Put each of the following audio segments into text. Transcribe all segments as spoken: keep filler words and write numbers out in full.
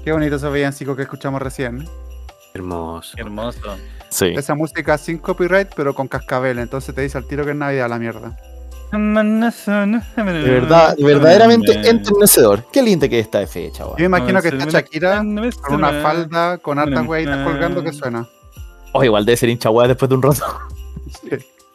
Qué bonito esos villancicos que escuchamos recién. Hermoso. Qué hermoso. Sí. Esa música sin copyright, pero con cascabel. Entonces te dice al tiro que es Navidad la mierda. De verdad, verdaderamente enternecedor. Qué linda que está de fecha, Yo me weón. imagino que está Shakira con una falda con hartas hueitas colgando que suena. Oh, igual debe ser hincha weá después de un rato. Sí.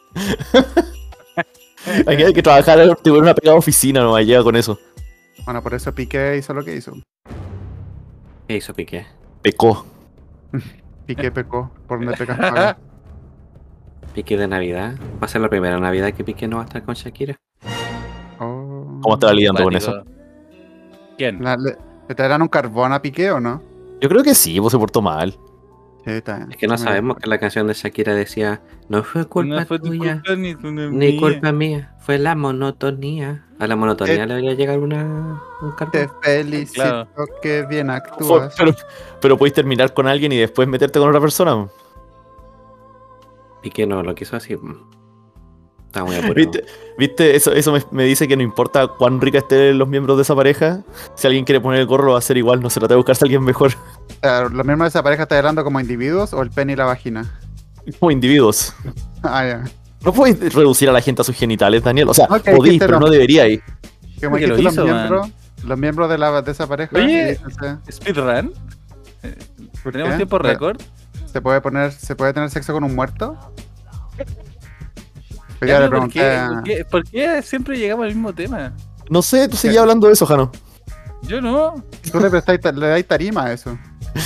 Aquí hay que trabajar en una pegada oficina, no llega con eso. Bueno, por eso Piqué hizo lo que hizo. ¿Qué hizo Piqué? Pecó. Piqué pecó, por donde pecas paga. Piqué de Navidad. Va a ser la primera Navidad que Piqué no va a estar con Shakira. Oh. ¿Cómo estaba lidiando con eso? ¿Quién? La- ¿Le, ¿Le traerán un carbón a Piqué o no? Yo creo que sí, pues se portó mal. Sí, está bien. Es que no Sí, sabemos que la canción de Shakira decía no fue culpa No fue tu tuya, culpa ni tu ni mía. culpa mía, fue la monotonía. A la monotonía Eh, le debería llegar una un Te cartón. felicito Claro. que bien Fue- actúas. pero, pero podéis terminar con alguien y después meterte con otra persona. Piqué no lo quiso así. Está muy apurado. ¿Viste? ¿Viste? Eso, eso me, me dice que no importa cuán rica estén los miembros de esa pareja. Si alguien quiere poner el gorro, lo va a hacer igual. No se trata de buscarse a alguien mejor. O sea, ¿los miembros de esa pareja está hablando como individuos o el pene y la vagina? Como individuos. Ah, ya. No podéis reducir a la gente a sus genitales, Daniel. O sea, No, que podéis, dijiste pero lo- no deberíais. Como que lo dijiste, los hizo, miembros, los miembros de, la, de esa pareja. Oye. y se, Speedrun. Eh, ¿por ¿Tenemos qué? tiempo récord? ¿Se puede poner, se puede tener sexo con un muerto? Pero ya le ¿Por pregunté qué, a- por, qué, por qué siempre llegamos al mismo tema? No sé, tú seguías hablando de eso, Jano. Yo no. Tú le, prestáis ta- le dais tarima a eso.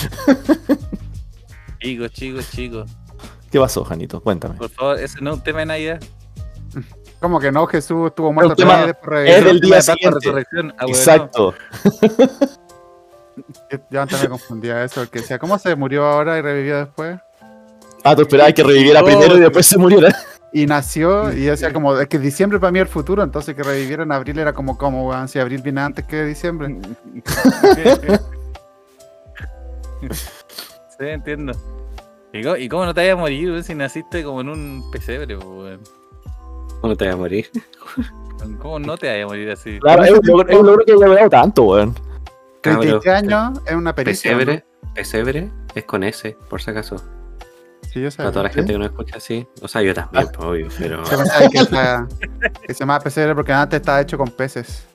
Chicos, chicos, chicos. ¿Qué pasó, Janito? Cuéntame. Por favor, ese no es un tema de Navidad. Como que no, Jesús estuvo muerto tema tres días después es revivió. del día Tema de Pascua, siguiente. resurrección. Ah, bueno. Exacto. Yo yo antes me confundía eso, que decía, ¿cómo se murió ahora y revivió después? Ah, tú esperabas que reviviera Oh, primero y después se muriera. Y nació, y yo decía como, es que diciembre para mí es el futuro, entonces que reviviera en abril era como, como, weón, si abril viene antes que diciembre. Sí, entiendo. ¿Y cómo, y cómo no te vayas a morir, weón, si naciste como en un pesebre, weón? ¿Cómo te vas a morir? ¿Cómo no te vayas a morir así? Claro, es un logro, es un logro que he logrado tanto, weón. treinta y Cabro, tres años es una pericia. ¿no? Pesebre, pesebre es con S, por si acaso. Sí, yo sé. Para toda la gente que no escucha así. O sea, yo también, pues, obvio, pero. Yo pensaba que, esa- que se llama pesebre porque antes estaba hecho con peces.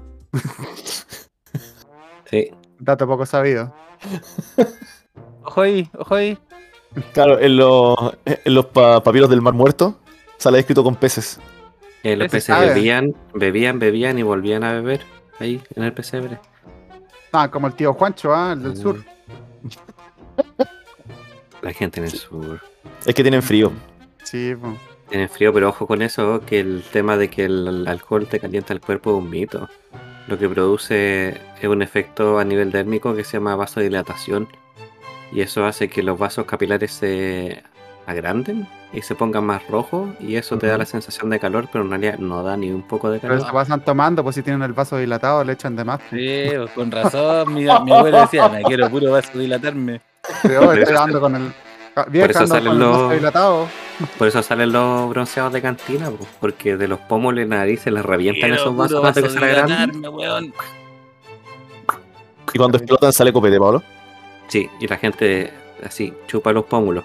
Sí. Dato poco sabido. Ojo ahí, ojo ahí. Claro, en los, en los pa- papiros del Mar Muerto sale escrito con peces. Eh, los Ese peces sabe. bebían, bebían, bebían y volvían a beber ahí en el pesebre. Ah, como el tío Juancho, ¿ah? El del sur. La gente en el sur Es que tienen frío. Sí, pues. tiene frío, pero ojo con eso, que el tema de que el alcohol te calienta el cuerpo es un mito. Lo que produce es un efecto a nivel dérmico que se llama vasodilatación. Y eso hace que los vasos capilares se agranden y se pongan más rojos. Y eso te da la sensación de calor, pero en realidad no da ni un poco de Pero calor. se pasan tomando, pues si tienen el vaso dilatado, le echan de más. Sí, pues, con razón, mi, mi abuelo decía, me quiero puro vasodilatarme. Pero estoy dando con el. Vieja, eso ando salen con el los- vaso dilatado. Por eso salen los bronceados de cantina, po, porque de los pomos y nariz se les revientan Quiero esos vasos puro antes de que se agrandan. vasodilatarme, weón. Y cuando explotan sale copete, Pablo. Sí, y la gente así chupa los pómulos.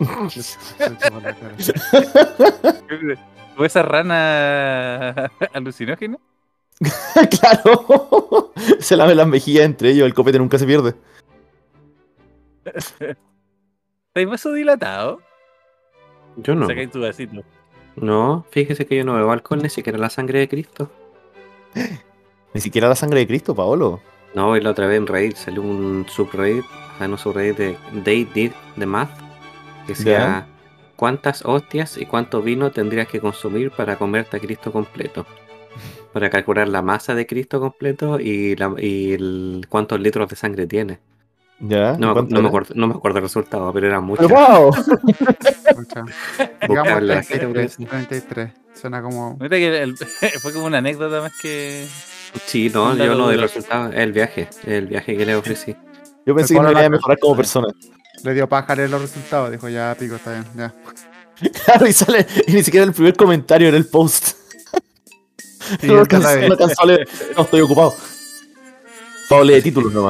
¿O esa rana alucinógena? Claro. Se lamen las mejillas entre ellos, el copete nunca se pierde. ¿Estáis vasodilatado? Yo no. Sacáis tu vasito. No, fíjese que yo no bebo alcohol, ni siquiera la sangre de Cristo. Ni siquiera la sangre de Cristo, Paolo. No, y la otra vez en Reddit salió un subreddit, o sea, no subreddit de They Did the Math, que decía Ya. cuántas hostias y cuánto vino tendrías que consumir para comerte a Cristo completo. Para calcular la masa de Cristo completo y, la, y el, cuántos litros de sangre tiene. ¿Ya? No, me, ¿Cuánto no, me era? acuerdo, no me acuerdo el resultado, pero era mucho. ¡Pero wow! Escucha. Digamos Buscarle la treinta y tres, gente. treinta y tres. Suena como. Neta que el- fue como una anécdota más que. Sí, no, Un yo dato no doy duro. resultado, es el viaje, es el viaje que le ofrecí. Yo pensé que Pablo me iba a la- mejorar como persona. Le dio paja leer los resultados. Dijo, ya, pico, está bien, ya. Claro, y sale, y ni siquiera el primer comentario en el post. Sí, no, está alcanzó, bien. no alcanzó a leer. No, estoy ocupado. Pablo lee títulos nomás.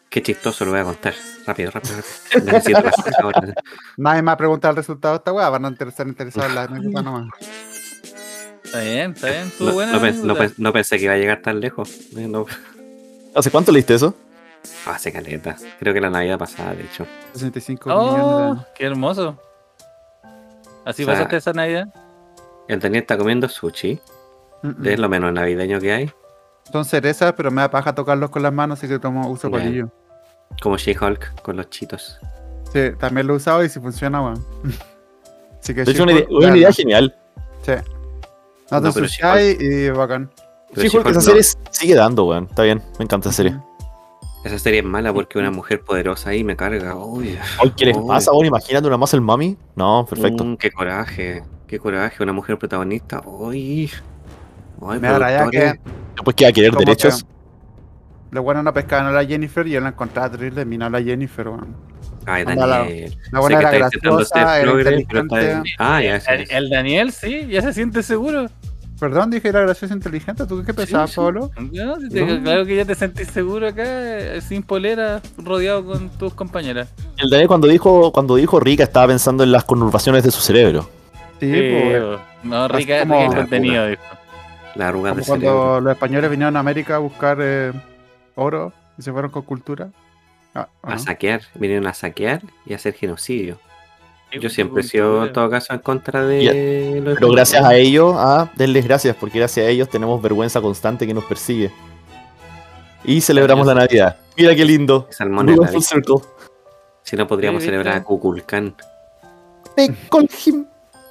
Qué chistoso, lo voy a contar. Rápido, rápido, rápido. Necesito respuesta ahora. Nadie me ha preguntado el resultado de esta weá, van a inter- estar interesados en la anécdota nomás. Está bien, está bien. Estuvo No, buena. no, pen- no anécdota. pen- no pensé que iba a llegar tan lejos. No, ¿Hace cuánto leíste eso? hace caleta. Creo que la Navidad pasada, de hecho. sesenta y cinco Oh, millones qué hermoso. Así O sea, pasaste esa Navidad. El Daniel está comiendo sushi. de... Mm, mm. Es lo menos navideño que hay. Son cerezas, pero me da paja tocarlos con las manos, así que tomo, uso Ya. palillo. Como She-Hulk con los chitos. Sí, también lo he usado y si funciona, weón. Así que De hecho, una She-Hulk, idea, una idea veanla. genial. Sí. No te No, pero ensuciáis y bacán. Pero Sí, porque She-Hulk esa no. serie sigue dando, weón. Está bien, me encanta esa serie. Esa serie es mala porque una mujer poderosa ahí me carga. Uy, Ay, ¿qué les Uy. pasa, weón? Imagínate una Muscle Mami. No, perfecto. Mm, qué coraje. Qué coraje. Una mujer protagonista. Uy. Ay, Me da raya productores. que Después queda querer como derechos. los buenos no pescaban a la Jennifer y yo la encontraba terrible, mina a la Jennifer, weón. Ay, Anda, la- Daniel. la buena Sé que era está intentando graciosa, ser era progre, pero está- inteligente. Ah, ya, sí, El, sí. el Daniel, sí, ya se siente seguro. Perdón, dije era graciosa e inteligente. ¿Tú qué pensabas, sí. Pablo? No, si te- No. Claro que ya te sentís seguro acá, eh, sin polera, rodeado con tus compañeras. El Daniel cuando dijo, cuando dijo Rica estaba pensando en las conurbaciones de su cerebro. Sí, Sí, pues. bo. no, Así rica, como- rica el contenido, dijo. La arruga Como del cuando cerebro. los españoles vinieron a América a buscar eh, oro y se fueron con cultura. Ah, ¿o A no? saquear. Vinieron a saquear y a hacer genocidio. Sí, Yo siempre he sido, en todo caso, en contra de Ya, los Pero españoles. gracias a ellos, ah, denles gracias, porque gracias a ellos tenemos vergüenza constante que nos persigue. Y celebramos la Navidad. Mira qué lindo. Salmón en Full la vida. circle. Si no, podríamos Sí, celebrar a ¿viste? Kukulcán. Pecolhim.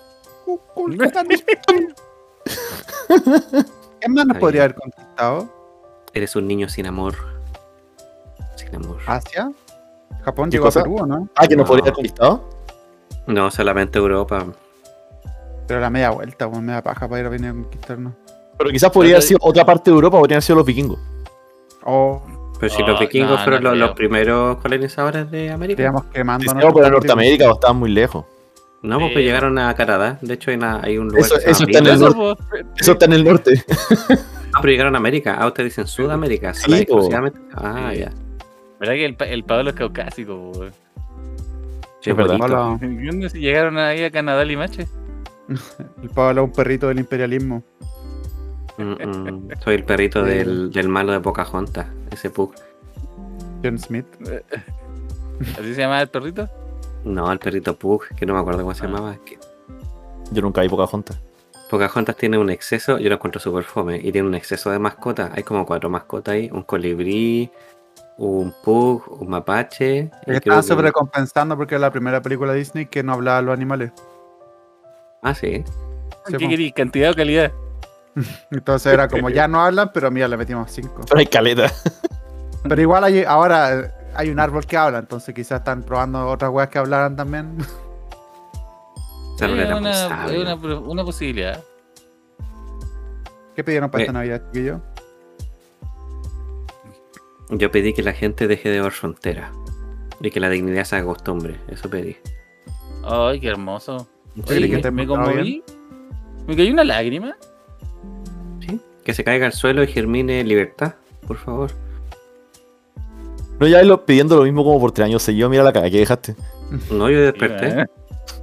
¿Qué más nos Está podría bien. haber conquistado? Eres un niño sin amor. Sin amor. ¿Asia? ¿Japón ¿Qué llegó cosa? a Perú o no? Ah, que nos No. podría haber conquistado. No, solamente Europa. Pero la media vuelta, pues, media paja para ir a venir a conquistarnos. Pero quizás podría haber sido otra parte de Europa, podrían haber sido los vikingos. O Pero si Oh, los vikingos no, fueron no los, creo. los primeros colonizadores de América. digamos quemando. Si nuestro por la territorio. Norteamérica o estaban muy lejos. No, porque Sí. llegaron a Canadá. De hecho, hay, una- hay un lugar Eso- que se eso llama está en el Midland. norte. Eso, po. Eso está en el norte. Ah, pero llegaron a América. Ah, ustedes dicen Sudamérica. Sí, sola y po. exclusivamente. Ah, Sí. ya. ¿Verdad que el, pa- el Pablo es caucásico, po, weón? Sí, es verdad. bonito. Hola, ¿Qué onda si llegaron ahí a Canadá Limache? el Pablo es un perrito del imperialismo. Mm, mm. Soy el perrito del, del malo de Pocahontas. Ese Pug. John Smith. ¿Así se llamaba el perrito? No, el perrito Pug, que no me acuerdo cómo se Ah. llamaba. Es que Yo nunca vi Pocahontas. Pocahontas tiene un exceso, yo lo encuentro súper fome, y tiene un exceso de mascotas. Hay como cuatro mascotas ahí: un colibrí, un pug, un mapache. y creo Estaban que- sobrecompensando porque era la primera película de Disney que no hablaba de los animales. Ah, sí. Sí, ¿Qué po. querí? ¿Cantidad o calidad? Entonces era como ya no hablan, pero mira, le metimos cinco. Pero hay caleta. Pero igual hay, ahora eh, hay un árbol que habla, entonces quizás están probando otras weas que hablaran también. Ese árbol Es era muy una, sabio. es una, una posibilidad. ¿Qué pidieron para Eh. esta Navidad, chiquillo? Yo pedí que la gente deje de ver fronteras y que la dignidad se haga costumbre. Eso pedí. Ay, qué hermoso. Oye, Sí, que te me hemos pasado conmoví. Me cayó una lágrima. ¿Sí? Que se caiga al suelo y germine libertad, por favor. No, ya lo, pidiendo lo mismo como por tres años seguidos. Mira la cara que dejaste. No, yo desperté. ¿eh?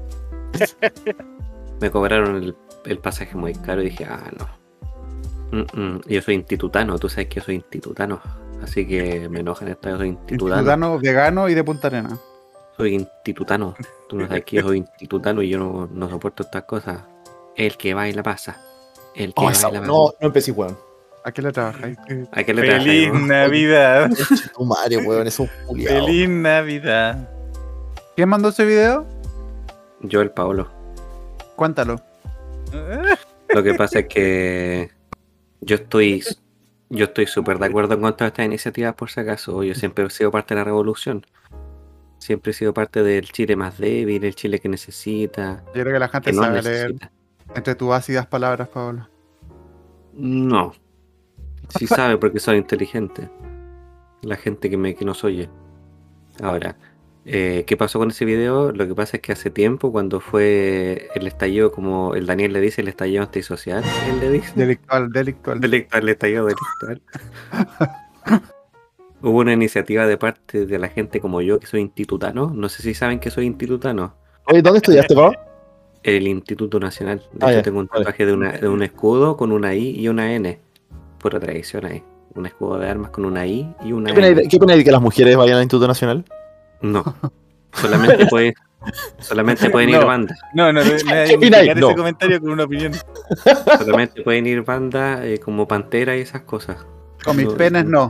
Me cobraron el, el pasaje muy caro y dije, ah, no. Mm, mm. Yo soy institutano, tú sabes que yo soy institutano. Así que me enojan esto, yo soy institutano. Ciudadano vegano y de Punta Arena. Soy institutano. Tú no sabes que yo soy institutano y yo no, no soporto estas cosas. El que baila pasa. El que Oh, esa- baila no, pasa. no empecé, weón. ¿A qué le trabajáis? ¿A qué le Feliz trabajas? Navidad. Tu madre, weón, es un culiao. Feliz Navidad. ¿Quién mandó ese video? Yo, el Paolo. Cuéntalo. Lo que pasa es que yo estoy yo estoy súper de acuerdo con todas estas iniciativas, por si acaso. Yo siempre he sido parte de la revolución. Siempre he sido parte del Chile más débil, el Chile que necesita, Yo creo que la gente que no sabe leer necesita. entre tus ácidas palabras, Pablo. No. Sí sabe porque soy inteligente. La gente que me que nos oye. Ahora, eh, ¿qué pasó con ese video? Lo que pasa es que hace tiempo, cuando fue el estallido, como el Daniel le dice, el estallido antisocial, él le dice. Delictual, delictual. Delictual, el estallido delictual. Hubo una iniciativa de parte de la gente como yo, que soy institutano. No sé si saben que soy institutano. Oye, ¿dónde estudiaste, Pau? El Instituto Nacional. De Ah, hecho, ya, tengo un vale. tatuaje de, una, de un escudo con una I y una N. Pura tradición ahí. Un escudo de armas con una I y una ¿Qué opináis N. de, ¿qué opináis de que las mujeres vayan al Instituto Nacional? No. Solamente, puede, solamente pueden ir No. bandas. No, no, no, no, no ¿Qué opináis? ese No. comentario con una opinión. Solamente pueden ir bandas eh, como Pantera y esas cosas. Con mis No, penes no.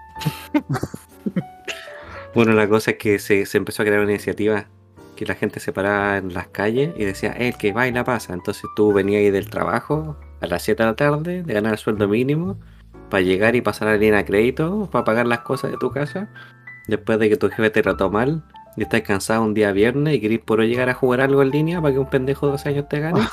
Bueno, la cosa es que se, se empezó a crear una iniciativa que la gente se paraba en las calles y decía, "Eh, el que baila pasa". Entonces tú venías ahí del trabajo a las siete de la tarde, de ganar el sueldo mínimo, para llegar y pasar a la línea de crédito, para pagar las cosas de tu casa, después de que tu jefe te trató mal y estás cansado un día viernes y querís por llegar a jugar algo en línea para que un pendejo de doce años te gane.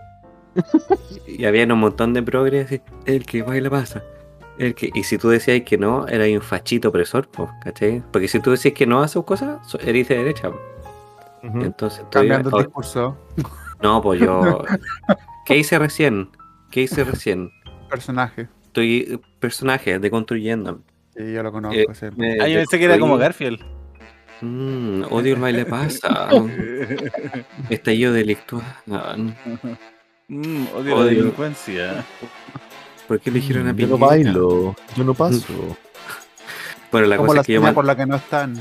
Y había un montón de progres, así, el que baila pasa. El que, y si tú decías que no, eras un fachito opresor, po, ¿cachai? Porque si tú decís que no a sus cosas, so- eres de derecha. Po. Ujú. Entonces, tú Cambiando el ibas- discurso. no, pues yo. ¿Qué hice recién? ¿Qué hice recién? Personaje. Estoy eh, personaje, deconstruyendo. Sí, yo lo conozco. Eh, ese. me Ah, yo pensé que era como deconstruí. Garfield. Mm, odio el baile pasa. Estallido delictual. Mm, odio la Odio. delincuencia. ¿Por qué eligieron a Mm, Yo no Piñera? bailo, yo no paso. Bueno, la Como cosa la es que yo seña man- por la que no están.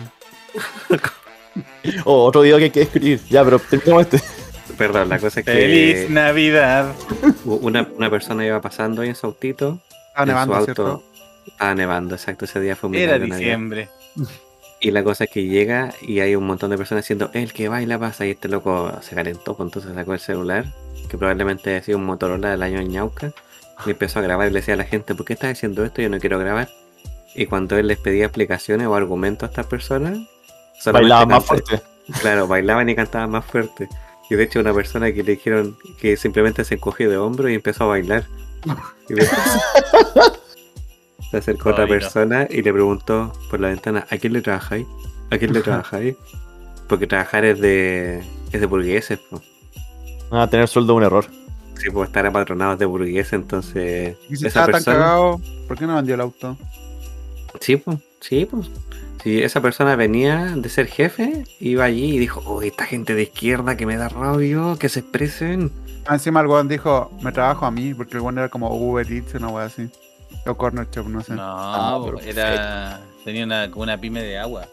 Oh, otro video que hay que escribir. Ya, pero terminamos este. Perdón, la cosa es que ¡Feliz Navidad! una, una persona iba pasando ahí en su autito. Estaba en nevando, su auto. ¿cierto? Estaba nevando, exacto. Ese día fue muy Era largo, Navidad. diciembre. Y la cosa es que llega y hay un montón de personas diciendo, el que baila pasa. Y este loco se calentó, pues entonces sacó el celular, que probablemente haya sido un Motorola del año Ñauca, y empezó a grabar y le decía a la gente, ¿por qué estás haciendo esto? Yo no quiero grabar. Y cuando él les pedía explicaciones o argumentos a estas personas, solamente Bailaba más canta- fuerte. Claro, bailaban y cantaban más fuerte. Y de hecho una persona que le dijeron que simplemente se encogió de hombro y empezó a bailar. Y después se acercó otra Ay, no. persona y le preguntó por la ventana, ¿a quién le trabajáis? ¿A quién le trabajáis? Porque trabajar es de es de burgueses, po. Ah, tener sueldo es un error. Sí, pues estar apatronados de burgueses, entonces Y si esa estaba tan persona... cagado, ¿por qué no vendió el auto? Sí, pues, sí, pues. Si esa persona venía de ser jefe, iba allí y dijo, oh, esta gente de izquierda que me da rabia, que se expresen. Ah, encima el weón dijo, me trabajo a mí, porque el weón era como Uber Eats, una wea así. O Corner Shop, no sé. No, Ah, po, perfecto. era. Tenía una, como una pyme de agua.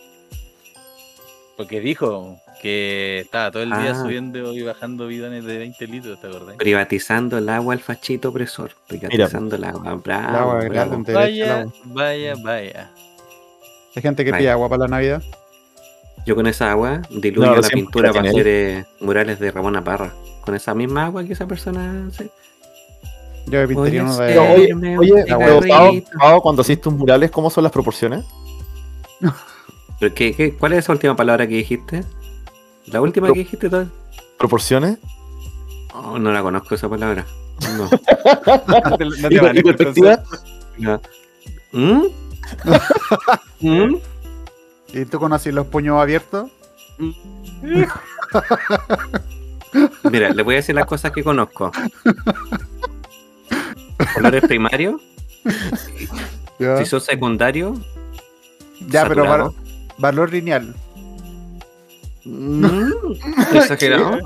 Porque dijo que estaba todo el día Ah. subiendo y bajando bidones de veinte litros, ¿te acordás? Privatizando el agua al fachito opresor. Privatizando el agua. Bravo, El agua es bravo. gratis, derecho al Vaya, agua. vaya, vaya. Hay gente que Vaya. pide agua para la Navidad. Yo con esa agua diluyo No, la recién pintura para tiene hacer eh, murales de Ramona Parra. Con esa misma agua que esa persona hace. Yo me pintaría Oye, uno sí. de... Pero, oye, me oye, gusta pero, el Pau, garrito. Pau, cuando hiciste tus murales, ¿cómo son las proporciones? ¿Pero qué, qué- ¿Cuál es esa última palabra que dijiste? ¿La última Pro- que dijiste tú? ¿Proporciones? Oh, no la conozco esa palabra. No. No te, no ¿Y, te y manejo el perspectiva? No. ¿Mm? ¿Mm? ¿Y tú conoces los puños abiertos? Mira, le voy a decir las cosas que conozco. Colores primarios, Ya, si son secundarios, ya pero saturado. val- valor lineal. Mm, exagerado.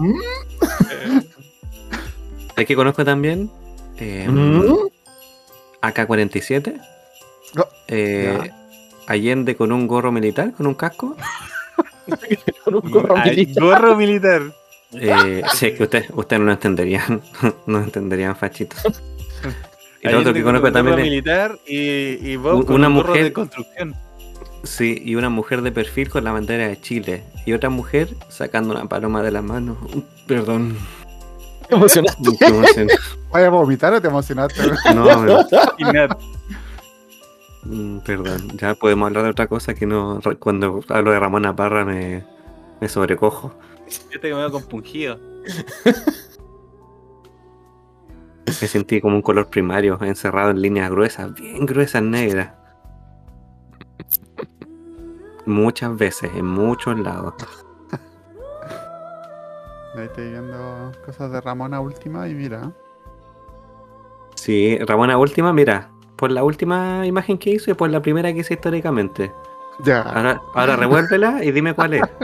¿Sabes qué conozco también? Eh, Mm. A K cuarenta y siete. No, Eh, Allende con un gorro militar, con un casco. Con un gorro Ay, militar. gorro militar. Eh, sí, es que ustedes usted no lo entenderían. No entenderían fachito. Y lo otro que Allende con conozco un gorro también es militar y, y Bob Un- con una un gorro mujer- de construcción. sí, y una mujer de perfil con la bandera de Chile. Y otra mujer sacando una paloma de la mano. Perdón. Te emocionaste. Qué emoción. ¿Vaya a vomitar o te emocionaste? No, me- Y nada. mm, perdón. Ya podemos hablar de otra cosa que no. Cuando hablo de Ramona Parra me, me sobrecojo. Yo te quedé compungido. Me sentí como un color primario, encerrado en líneas gruesas, bien gruesas negras. Muchas veces, en muchos lados. Ahí estoy viendo cosas de Ramona última y mira. Sí, Ramona Última, mira, por la última imagen que hizo y por la primera que hice históricamente. Ya, Ahora, ahora revuélvela y dime cuál es.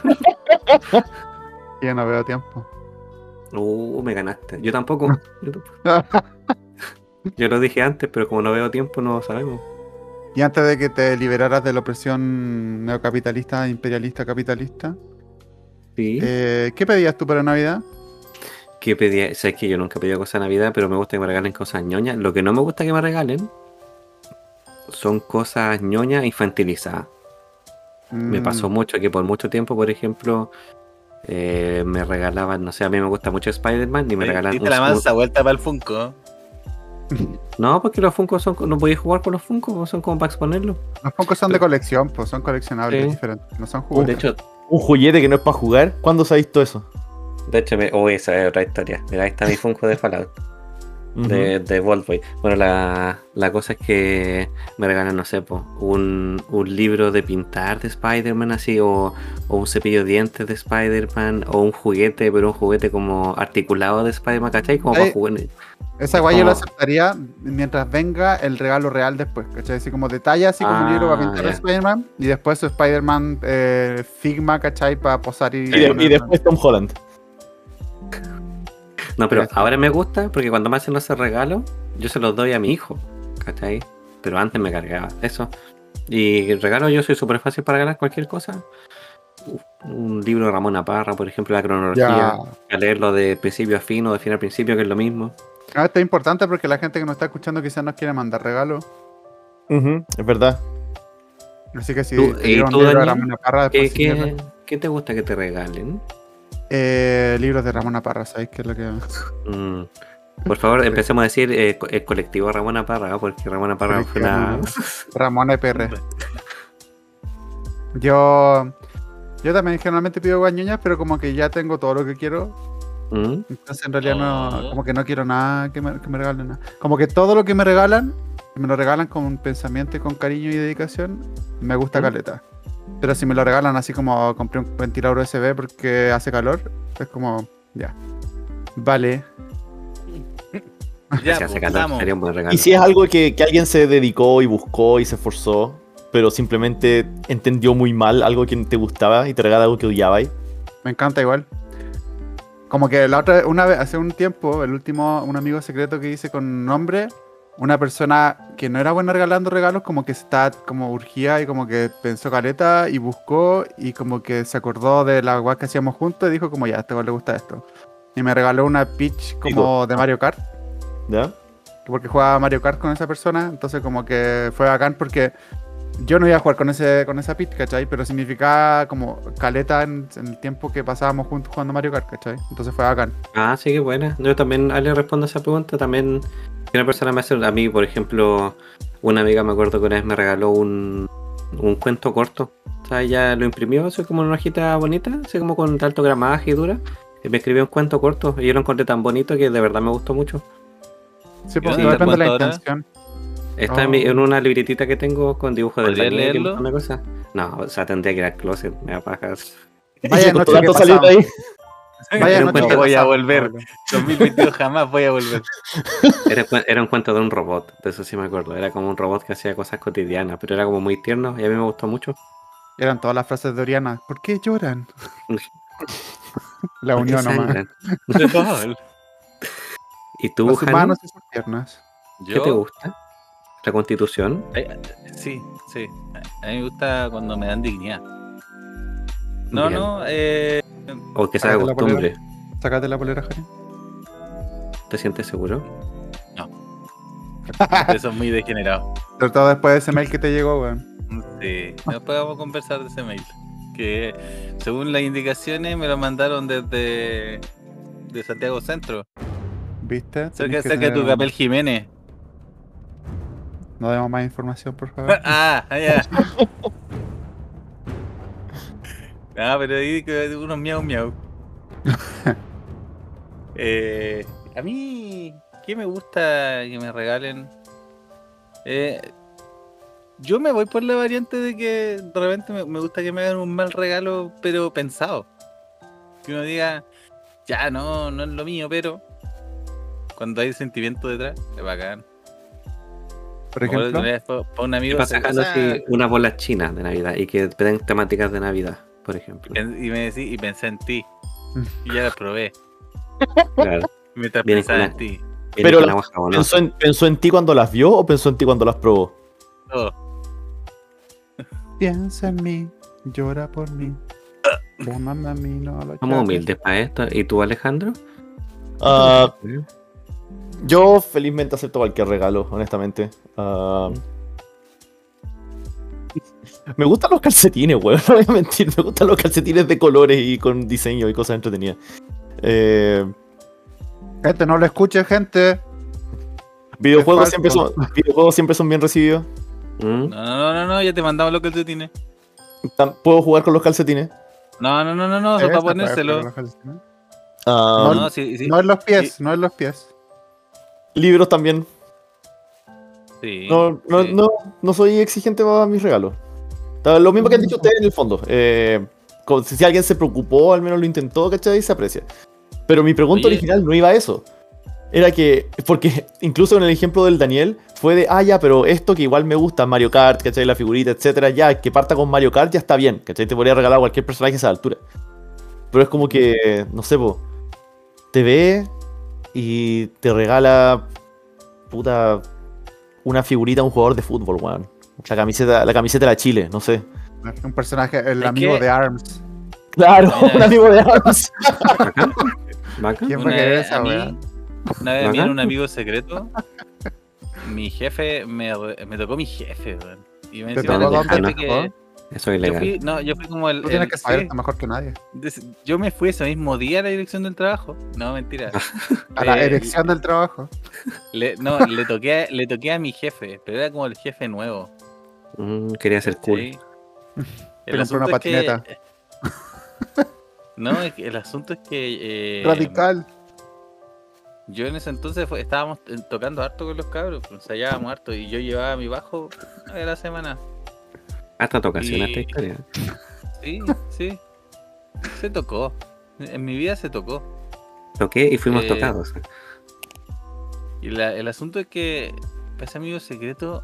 ya no veo tiempo. Uh, me ganaste. Yo tampoco. Yo, tampoco. Yo lo dije antes, pero como no veo tiempo, no sabemos. Y antes de que te liberaras de la opresión neocapitalista, imperialista, capitalista, Sí. eh, ¿qué pedías tú para Navidad? ¿Qué pedía? Sabes que yo nunca he pedido cosas de Navidad, pero me gusta que me regalen cosas ñoñas. Lo que no me gusta que me regalen son cosas ñoñas infantilizadas. Me Mm, pasó mucho que por mucho tiempo, por ejemplo, eh, me regalaban, no sé, a mí me gusta mucho Spider-Man y me regalan Diste un, la un- mansa vuelta para el Funko. No, porque los Funko son, no podéis jugar con los Funko, son como para exponerlos. Los Funkos son de colección, pues son coleccionables Sí. diferentes, no son De juguetes. hecho, Un juguete que no es para jugar. ¿Cuándo se ha visto eso? de hecho, me, oh, esa es otra historia. Mira, ahí está mi Funko de Fallout. Ujú. de, de Vault Boy. Bueno, la, la cosa es que me regalan, no sé, po, un, un libro de pintar de Spider-Man así, o, o un cepillo de dientes de Spider-Man, o un juguete, pero un juguete como articulado de Spider-Man, ¿cachai? Como Ay, para jugar. Esa guay yo la como- aceptaría mientras venga el regalo real después, ¿cachai? Así como detalle, así como un libro para Ah, pintar de ya. Spider-Man y después su Spider-Man eh, Figma, ¿cachai? Para posar y... Y, de- y después Tom Holland. No, pero Eso. ahora me gusta porque cuando me hacen ese regalo, yo se los doy a mi hijo, ¿cachai? Pero antes me cargaba eso. Y el regalo yo soy súper fácil para regalar cualquier cosa. Uf, un libro de Ramona Parra, por ejemplo, la cronología. Ya. A leerlo de principio a fin o de fin a principio, que es lo mismo. Ah, esto es importante porque la gente que nos está escuchando quizás nos quiere mandar regalos. Ujú, es verdad. Así que si Tú- te ¿y llega un tú, libro de Daniel? Ramona Parra, ¿Qué, después si qué, quieres- qué te gusta que te regalen? eh, libros de Ramona Parra, ¿sabéis qué es lo que...? Mm, Por favor, empecemos a decir eh, co- el colectivo Ramona Parra, ¿no? Porque Ramona Parra fue una... Ramona P R. Yo... Yo también generalmente pido guañoñas, pero como que ya tengo todo lo que quiero. Mm, Entonces en realidad no, Oh. como que no quiero nada que me, que me regalen nada. Como que todo lo que me regalan, me lo regalan con pensamiento y con cariño y dedicación, me gusta ¿Mm? caleta. Pero si me lo regalan así como compré un ventilador U S B porque hace calor, es como, ya. Vale. Ya, si hace pues, calor, vamos. sería un buen regalo. Y si es algo que, que alguien se dedicó y buscó y se esforzó, pero simplemente entendió muy mal algo que te gustaba y te regala algo que odiabas. Me encanta igual. Como que la otra una vez, hace un tiempo, el último, un amigo secreto que hice con nombre, una persona que no era buena regalando regalos, como que está como urgía y como que pensó caleta y buscó y como que se acordó de la guay que hacíamos juntos y dijo como ya, a este weón le gusta esto. Y me regaló una Peach como de Mario Kart, ¿Ya? porque jugaba Mario Kart con esa persona, entonces como que fue bacán porque yo no iba a jugar con ese con esa Peach, ¿cachai? Pero significaba como caleta en, en el tiempo que pasábamos juntos jugando Mario Kart, ¿cachai? Entonces fue bacán. Ah, sí, qué buena. Yo también le respondo a esa pregunta. También, si una persona me hace, a mí, por ejemplo, una amiga me acuerdo que una vez me regaló un, un cuento corto. O sea, ella lo imprimió, así como en una hojita bonita, así como con alto gramaje y dura. Y me escribió un cuento corto y yo lo encontré tan bonito que de verdad me gustó mucho. Sí, ¿Y pues dónde no está depende de la el cuento ahora? intención. Está en, mi- Oh. en una libretita que tengo con dibujos de ¿Podrías Daniel y leerlo? una cosa. No, o sea, tendría que ir al closet, me da paja. Vaya ¿Y te costó noche tanto que salir de pasamos. ahí? Vaya Era un noche cuento- que voy a pasamos, volver. Pablo. dos mil veintidós jamás voy a volver. Era, un cuen- era un cuento de un robot, de eso sí me acuerdo. Era como un robot que hacía cosas cotidianas, pero era como muy tierno y a mí me gustó mucho. Eran todas las frases de Oriana. ¿Por qué lloran? La ¿Por qué unión nomás. sangran? De todo. ¿Y tú, Los Jano? humanos y sus piernas. ¿Qué Yo, te gusta? ¿La constitución? eh, sí, sí. A mí me gusta cuando me dan dignidad. No, Bien. no, eh, ¿O que sea Sácate la costumbre? Sácate la polera, Jari. ¿Te sientes seguro? eso es muy degenerado. Sobre todo después de ese mail que te llegó, weón. Sí, después vamos a conversar de ese mail. Que según las indicaciones me lo mandaron desde de Santiago Centro. ¿Viste? Cerca, Tenés que cerca de tener- Tucapel Jiménez. No demos más información, por favor. Ah, ya. Ah, pero ahí que unos miau miau. eh, a mí, ¿qué me gusta que me regalen? Eh, yo me voy por la variante de que de repente me, me gusta que me hagan un mal regalo, pero pensado. Que uno diga, ya no, no es lo mío, pero cuando hay sentimiento detrás, es bacán. Por Me acuerdo ejemplo. que una vez fue- fue un ¿Qué amigo pasa se- o cuando sea, si unas bolas chinas de Navidad y que tienen temáticas de Navidad, por ejemplo? pen- y me decí, y pensé en ti. Y ya las probé. Claro, Mientras Vienen pensaba con en ti. vienen Pero con las- agua jabonosa. ¿Pensó en, ¿Pensó en ti cuando las vio o pensó en ti cuando las probó? Todo. Piensa en mí, llora por mí. Llámame a mí, no lo Somos llames. humildes para esto. ¿Y tú, Alejandro? Ah, yo felizmente acepto cualquier regalo, honestamente. Ah, me gustan los calcetines, weón. No voy a mentir. Me gustan los calcetines de colores y con diseño y cosas entretenidas. Eh, Gente, no lo escuche, gente. videojuegos, Es siempre son, falso. videojuegos siempre son bien recibidos. ¿Mm? No, no, no, no, ya te mandamos lo que tú tienes. Tam- Puedo jugar con los calcetines. No, no, no, no, no, eso Esa para puede ponérselo. poner los calcetines. Ah, No, sí, sí. No en los pies, no en los pies. libros también. Sí, No, no, sí. no, no soy exigente para mis regalos. Ta- Lo mismo que han dicho ustedes en el fondo. Eh, como si si alguien se preocupó, al menos lo intentó, ¿cachai? Se aprecia. Pero mi pregunta Oye. original no iba a eso. Era que, porque incluso en el ejemplo del Daniel, fue de, ah, ya, pero esto que igual me gusta, Mario Kart, ¿cachai? La figurita, etcétera, ya, que parta con Mario Kart ya está bien, ¿cachai? Te podría regalar a cualquier personaje a esa altura. Pero es como que, no sé, po, te ve y te regala, puta, una figurita a un jugador de fútbol, weón. La camiseta, la camiseta de la Chile, no sé. Un personaje, el Es amigo que- de ARMS. Claro, Mira, un amigo de Arms. ¿Bacán? ¿Bacán? ¿Quién fue Una que vez esa a mí, weá? una vez a mí en ¿Bacán? un amigo secreto, mi jefe me, me tocó mi jefe, weón. Y me ¿Te encima tocó le dónde conté te que tocó? Eso es yo ilegal. fui, no, yo fui como el, Tú tienes el- que saber sí, esto mejor que nadie. des- yo me fui ese mismo día a la dirección del trabajo. No, mentira. A la Eh, erección del trabajo. Le, no, le toqué, le toqué a mi jefe, pero era como el jefe nuevo. Mm, quería ser cool. ¿sí? Te compré una es que- patineta. no, es que el asunto es que eh, Radical. yo en ese entonces fue- estábamos eh, tocando harto con los cabros, pues, ensayábamos harto y yo llevaba mi bajo una vez a la semana. Hasta tu ocasión Y- esta historia. Sí, sí. Se tocó. En mi vida se tocó. Toqué y fuimos Eh, tocados. Y la- el asunto es que ese amigo secreto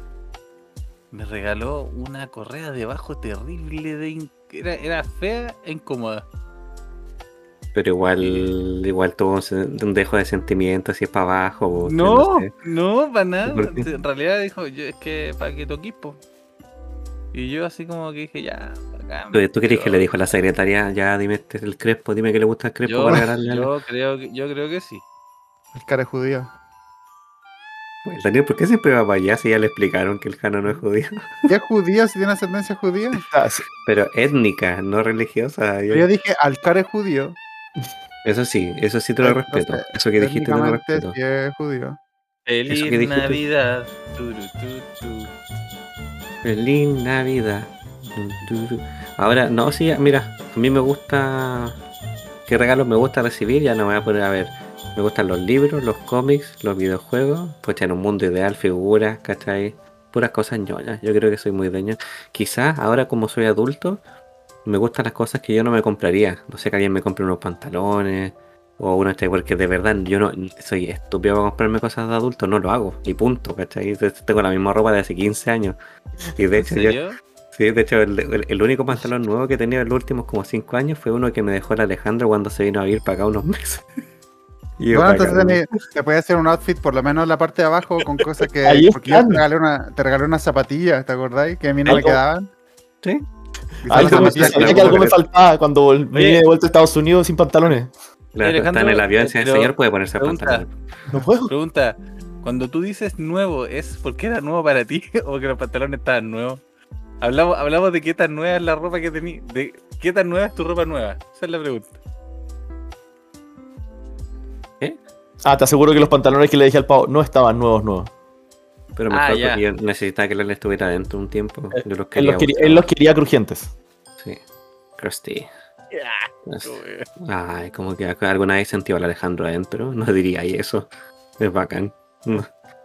me regaló una correa de bajo terrible de in- era, era fea e incómoda. Pero igual, igual tuvo un, sen- un dejo de sentimiento así para abajo. o que No, sé. no, para nada. ¿Por qué? En realidad dijo, yo, es que para que toquís, po. Y yo así como que dije, ya, bacán, ¿Tú, tú crees que pero le dijo a la secretaria, ya dime este es el Crespo, dime que le gusta el Crespo Yo, para regalarle a la-"? yo creo que, yo creo que sí. El cara judío. Pues, Daniel, ¿por qué siempre va para allá si ya le explicaron que el Jano no es judío? ¿Qué es judío si tiene ascendencia judía? Ah, sí. Pero étnica, no religiosa. yo- Pero yo dije, Alcar es judío. Eso sí, eso sí te lo Entonces, respeto. Eso que dijiste te lo técnicamente respeto. sí es judío. Feliz que dijiste. Navidad. Turu, tu, tu. Feliz Navidad. Tu, tu, tu. Ahora, no, sí, mira, a mí me gusta. ¿Qué regalos me gusta recibir? Ya no me voy a poner a ver. Me gustan los libros, los cómics, los videojuegos. Pues en un mundo ideal, figuras, ¿cachai? Puras cosas ñoñas. Yo creo que soy muy dueño. Quizás ahora, como soy adulto, me gustan las cosas que yo no me compraría. No sé, que alguien me compre unos pantalones o unos este, porque de verdad yo no soy estúpido para comprarme cosas de adulto, no lo hago. Y punto, ¿cachai? Entonces, tengo la misma ropa de hace quince años. Y de ¿En hecho, yo, serio? sí, de hecho, el, el- el único pantalón nuevo que he tenido en los últimos como cinco años fue uno que me dejó el Alejandro cuando se vino a vivir para acá unos meses. Y yo, Bueno, bacán. entonces tenés- te puedes hacer un outfit por lo menos en la parte de abajo con cosas que. Ahí Porque yo están. te regalé, una, te regalé unas zapatillas, ¿te acordáis? Que a mí no me Algo- quedaban. Sí. Y son Algo, las me- zapatillas sabía que que yo algo me compré. faltaba cuando vol- vine de vuelta a Estados Unidos sin pantalones. Claro, Alejandro, está en el avión, si el pero- señor puede ponerse pregunta. pantalón. No puedo. Pregunta, cuando tú dices nuevo, ¿es porque era nuevo para ti o que los pantalones estaban nuevos? Hablamos, hablamos de qué tan nueva es la ropa que tenías, de qué tan nueva es tu ropa nueva. Esa es la pregunta. Ah, te aseguro que los pantalones que le dije al pavo no estaban nuevos, nuevos. Pero Ah, mejor ya. porque yo necesitaba que él estuviera dentro un tiempo. Yo los Él quería. los, quería, buscar. él los quería crujientes. Sí. Crusty. Es- Uy. Ay, como que alguna vez sentí al Alejandro adentro. No diría ahí eso. Es bacán. No.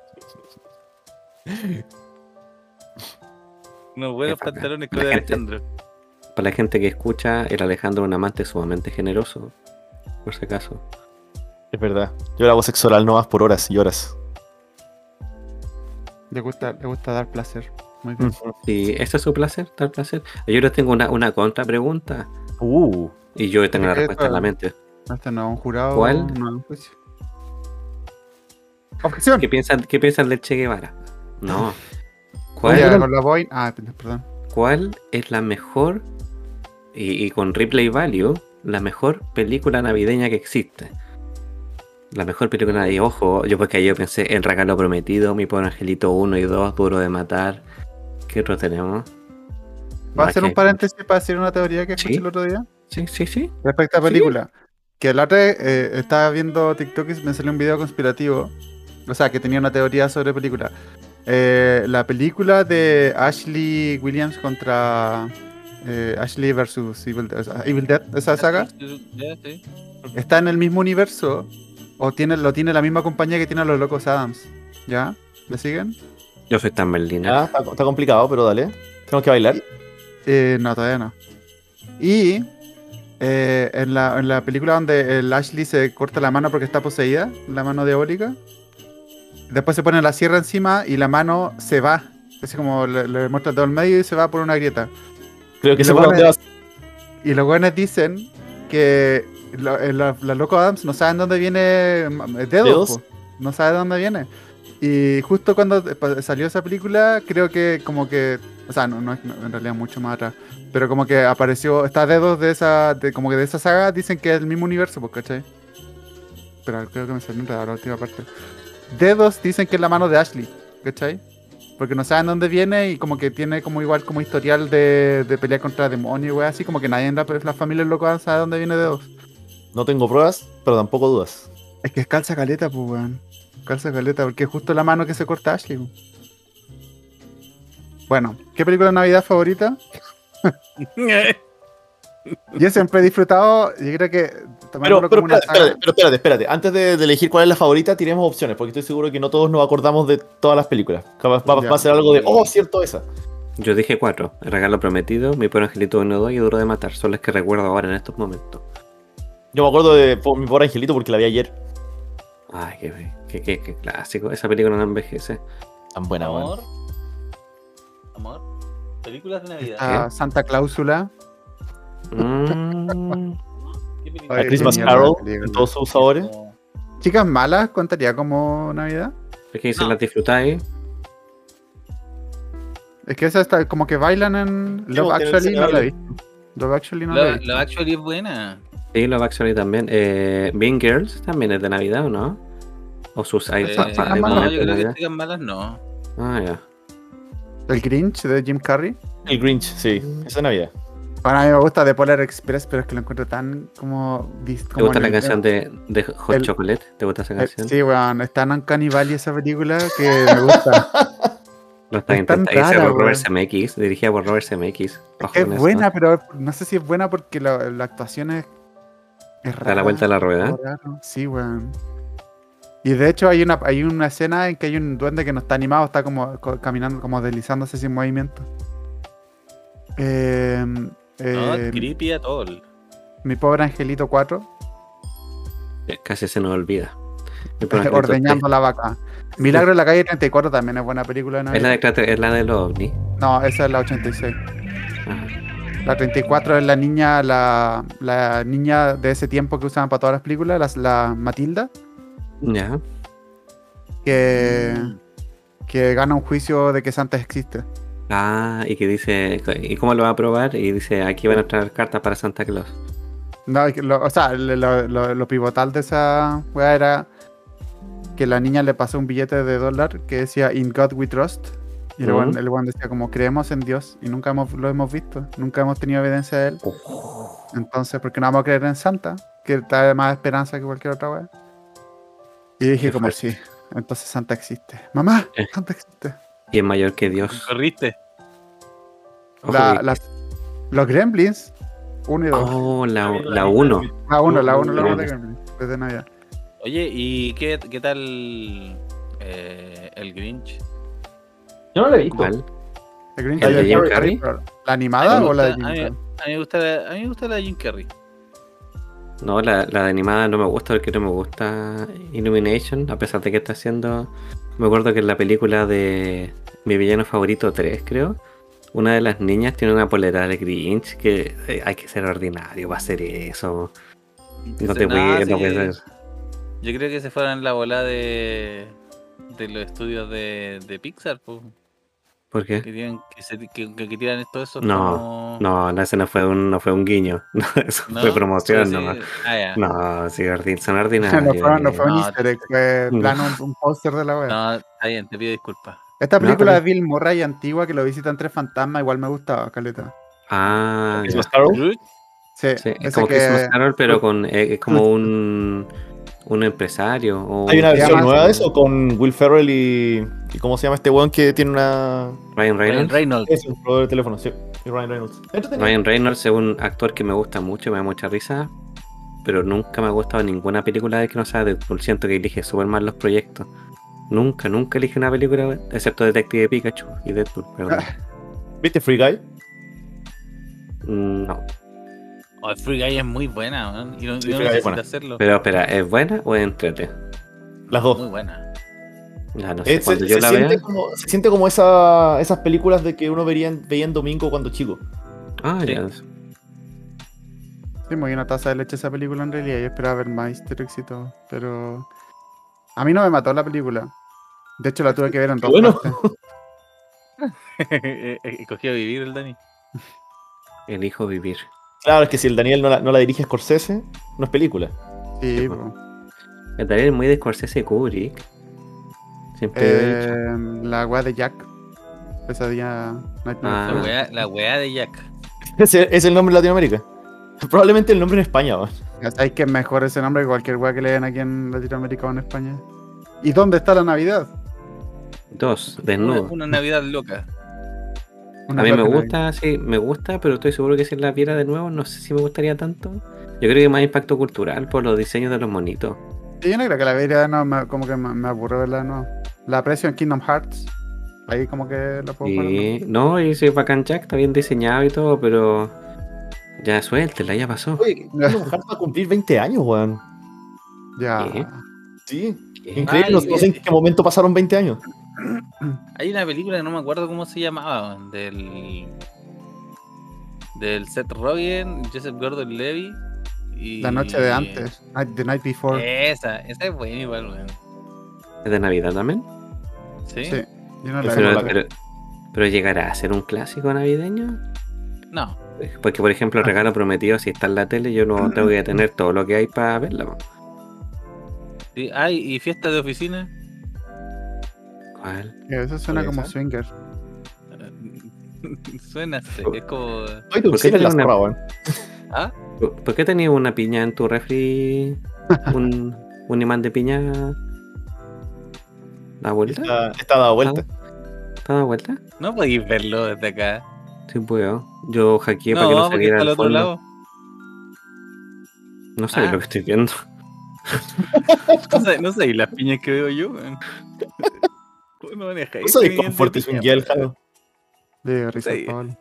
Unos buenos Qué bacán. pantalones La con el gente- Alejandro. Para la gente que escucha, el Alejandro es un amante sumamente generoso. Por si acaso. Es verdad. Yo le hago sexo oral no más por horas y horas. Le gusta, le gusta dar placer. Muy bien. Sí, ¿ese es su placer? ¿Tal placer? Yo les tengo una, una contrapregunta. Uh, Y yo tengo la ¿Qué es respuesta en la esto? mente. Este no es un jurado. ¿Cuál? No es un juicio. Objeción. ¿Qué piensan, qué piensan del Che Guevara? No. Oye, ¿Cuál, con la Boeing. Ah, perdón. cuál es la mejor, y, y con replay value, la mejor película navideña que existe? La mejor película navideña. Ojo, yo porque yo pensé El Regalo Prometido, Mi Pobre Angelito uno y dos, Duro de Matar. ¿Qué otro tenemos? ¿Va a No, hacer es un que- paréntesis para decir una teoría que escuché Sí. el otro día? Sí, sí, sí. Respecto a Sí. película. Que la otra vez eh, estaba viendo TikTok y me salió un video conspirativo. O sea, que tenía una teoría sobre película. Eh, la película de Ashley Williams contra eh, Ashley versus Evil, o sea, Evil Dead, esa saga, Ya, sí. está en el mismo universo o tiene, lo tiene la misma compañía que tiene a los Locos Adams. ¿Ya? ¿Le siguen? Yo soy tan berlina. ya, está, está complicado, pero dale. Tenemos que bailar. Eh, no, todavía no. Y eh, en, la, en la película donde el Ashley se corta la mano porque está poseída, la mano diabólica, después se pone la sierra encima y la mano se va. Así como le, le muestra todo el medio y se va por una grieta. Creo que Y se lo fue bueno donde vas. Y los buenos dicen que lo- eh, la- los locos Adams no saben dónde viene mm, eh, Dedos, ¿Dedos? po. No sabe de dónde viene. Y justo cuando eh, pa- salió esa película, creo que como que, o sea, no, no es no, en realidad mucho más atrás, pero como que apareció, está Dedos de esa, de, como que de esa saga, dicen que es el mismo universo, pues, ¿cachai? Pero creo que me salió enredado la última parte. Dedos dicen que es la mano de Ashley, ¿cachai? Porque no saben dónde viene y como que tiene como igual como historial de, de pelear contra demonios, güey, así como que nadie en la, la familia loca sabe dónde viene Dedos. No tengo pruebas, pero tampoco dudas. Es que es calza caleta, pues, weón. Calza caleta, porque es justo la mano que se corta Ashley, weón. Bueno, ¿qué película de Navidad favorita? Yo siempre he disfrutado, yo creo que Pero, tomándolo pero, como una espérate, saga. espérate, pero espérate, espérate. Antes de, de elegir cuál es la favorita, tiremos opciones, porque estoy seguro que no todos nos acordamos de todas las películas. Capaz va, Ya. va a ser algo de, oh, cierto, esa. Yo dije cuatro. El Regalo Prometido, Mi Pobre Angelito uno y dos y Duro de Matar. Son las que recuerdo ahora en estos momentos. Yo me acuerdo de po- Mi Pobre Angelito porque la vi ayer. Ay, qué, qué, qué, qué clásico. Esa película no envejece. Tan buena, weón. Amor. Amor. Películas de Navidad. Está Santa Cláusula. Mm, ¿Qué película? La Ay, Christmas qué mierda Carol, de película. en todos sus sabores. Como- Chicas malas, ¿contaría como Navidad? es que dicen No. las disfrutáis. Es que esa está como que bailan en Sí, Love pues, tiene Actually, el no la baile. vi. Love Actually no la La, vi. la Actually es buena. Sí, Love Actually también. Eh, Mean Girls también es de Navidad, ¿o no? O sus hay, Eh, Sa- hay Sa- no, momentos yo de creo que Navidad. Chicas Malas no. Ah, ya. El Grinch de Jim Carrey. El Grinch, sí. Esa es Navidad. Bueno, a mí me gusta The Polar Express, pero es que lo encuentro tan como... dis- ¿Te como gusta en la el- canción de, de Hot el- Chocolate? ¿Te gusta esa eh, canción? Sí, weón, es tan Uncanny Valley esa película que me gusta. No está es tan intentada. Dice rara, por Robert weón. Zemeckis, dirigida por Robert Zemeckis. Ojo Es con eso. buena, pero no sé si es buena porque la, la actuación es, es rara. Da la vuelta a la rueda. algo raro. Sí, weón. Y de hecho hay una, hay una escena en que hay un duende que no está animado, está como co- caminando, como deslizándose sin movimiento. Eh, No, eh, creepy at all. Mi Pobre Angelito cuatro, Eh, Casi se nos olvida. Mi Pobre Angelito ordeñando la vaca. Milagro en la calle treinta y cuatro también es buena película de tres. Es la Navidad. de, extrater- es la de los ovnis. No, esa es la ochenta y seis. Ajá. La treinta y cuatro es la niña, la, la niña de ese tiempo que usaban para todas las películas, las- la, Matilda, Ya. que, que gana un juicio de que Santa existe. Ah, y que dice, ¿y cómo lo va a probar? Y dice, aquí van a traer cartas para Santa Claus. No, es que lo- o sea, lo, lo- lo- lo pivotal de esa weá era que la niña le pasó un billete de dólar que decía In God We Trust. Y el Ujú. weón el weón decía como creemos en Dios y nunca hemos, lo hemos visto, nunca hemos tenido evidencia de él. Entonces, ¿por qué no vamos a creer en Santa? Que trae más esperanza que cualquier otra weá. Y dije Qué como fuerte. sí, entonces Santa existe. Mamá, Eh. Santa existe. Y es mayor que Dios. ¿Corriste? Ojo La- que- las- los Gremlins, uno y dos. Oh, la, la uno. La uno, la uno, la uno Gremlins. de Gremlins, desde Navidad. Oye, ¿y qué, qué tal eh, el Grinch? Yo no la he visto. ¿Cuál? ¿El Grinch ¿El de Jim Carrey? pero ¿La animada A mí me o la de gusta- Jim a mí- Carrey? A mí me gusta la, a mí me gusta la de Jim Carrey. No, la, la de animada no me gusta porque no me gusta Illumination, a pesar de que está haciendo... Me acuerdo que en la película de Mi villano favorito tres, creo, una de las niñas tiene una polera de Grinch que eh, hay que ser ordinario para hacer eso. No te No, puedes, no sí. puedes ser. Yo creo que se fueron en la bola de, de los estudios de, de Pixar, po, ¿Por qué? que, tienen, que, se, que, que tiran todo eso No, como... no, no, ese no fue un, no fue un guiño. No, eso ¿No? fue promoción Pero sí- nomás. Ah, ya. No, sí, ordin- son No ordinarios. fue, no fue un No, easter egg, fue no. plano un, un póster de la wea. No, está bien, te pido disculpas. Esta No, película de está Bill Murray antigua que lo visitan tres fantasmas, igual me gustaba, caleta. Ah, ¿Christmas ya. Carol? Groot, Sí, Sí, es ese como que Christmas Carol, pero con eh, es como un, un empresario. O ¿Hay una Se versión llama- nueva de eso con Will Ferrell y, y ¿cómo se llama este weón que tiene una... Ryan Ryan Reynolds. Reynolds. Es un proveedor de teléfono, sí. Y Ryan Reynolds. Entretenido. Ryan Reynolds es un actor que me gusta mucho, me da mucha risa, pero nunca me ha gustado ninguna película de que no sea Deadpool. Siento que elige súper mal los proyectos. Nunca, nunca elige una película, excepto Detective Pikachu y Deadpool, perdón. ¿Viste Free Guy? Mm, No, Oh, Free Guy es muy buena, man, y no, y Sí, no Free Guy es necesita buena. hacerlo. pero espera, ¿es buena o es entrete? Las Muy dos. buena. Ya no sé, Es- cuando se, yo se la siente vea. como, se siente como esa, esas películas de que uno vería en, veía en domingo cuando chico. Ah, Sí. ya. Sí, muy una taza de leche esa película en realidad. Yo esperaba ver más easter eggs y todo, pero a mí no me mató la película. De hecho, la tuve que ver en Qué dos bueno. partes. Escogió vivir el Dani. Elijo vivir. Claro, es que si el Daniel no la, no la dirige Scorsese, no es película. Sí, Sí, po. El Daniel es muy de Scorsese y Kubrick. Siempre he dicho. Eh, la weá de Jack. Pesadilla Nightmare Ah. La Fuel. weá, la weá de Jack. Ese es el nombre en Latinoamérica. Probablemente el nombre en España, weón. Ya sabéis que es mejor ese nombre que cualquier weá que le den aquí en Latinoamérica o en España. ¿Y dónde está la Navidad? Dos, Una, desnudo. una Navidad loca. Una A mí me loca gusta, sí, me gusta, pero estoy seguro que si la viera de nuevo, no sé si me gustaría tanto. Yo creo que más impacto cultural por los diseños de los monitos. Navidad. Sí, yo no creo que la vería, no, me- como que me, me aburre verla, no. La aprecio en Kingdom Hearts. Ahí como que la puedo jugar. Y no, y sí, bacán Jack, está bien diseñado y todo, pero ya suéltela, ya pasó. Oye, Kingdom Hearts va a cumplir veinte años, weón. Ya. ¿Qué? Sí. ¿Qué? Increíble, Ay, no, no sé en eh. qué momento pasaron veinte años. Hay una película que no me acuerdo cómo se llamaba, del del Seth Rogen, Joseph Gordon-Levitt y La noche de antes. Night- The Night Before. Esa, esa es buena igual, weón. ¿Es de Navidad también? ¿Sí? Sí. Yo no la Esa vi. no Pero, la pero, pero llegará a ser un clásico navideño. No. Porque, por ejemplo, Ah. Regalo Prometido, si está en la tele, yo no tengo que tener todo lo que hay para verla. po. Sí, ay, ¿y fiesta de oficina? ¿Cuál? Eso suena ¿Puede como ser? swinger. Suena así, es como... Oye, tú ¿Por sí qué eres la tiene una- zorra, weón. ¿Ah? ¿Por por qué tenías una piña en tu refri? ¿Un, un imán de piña? ¿Da vuelta? Está, está dado vuelta. ¿Está dado vuelta? No podéis verlo desde acá. Sí puedo. Yo hackeé para que No, no porque saliera está al al otro fondo. lado. No sabes Ah. lo que estoy viendo. No sé, no sé, las piñas que veo yo, weón. No manejáis ¿No sabes ese cuán nivel fuerte de es un piña, gel, Jano? De risa Sí. Paul.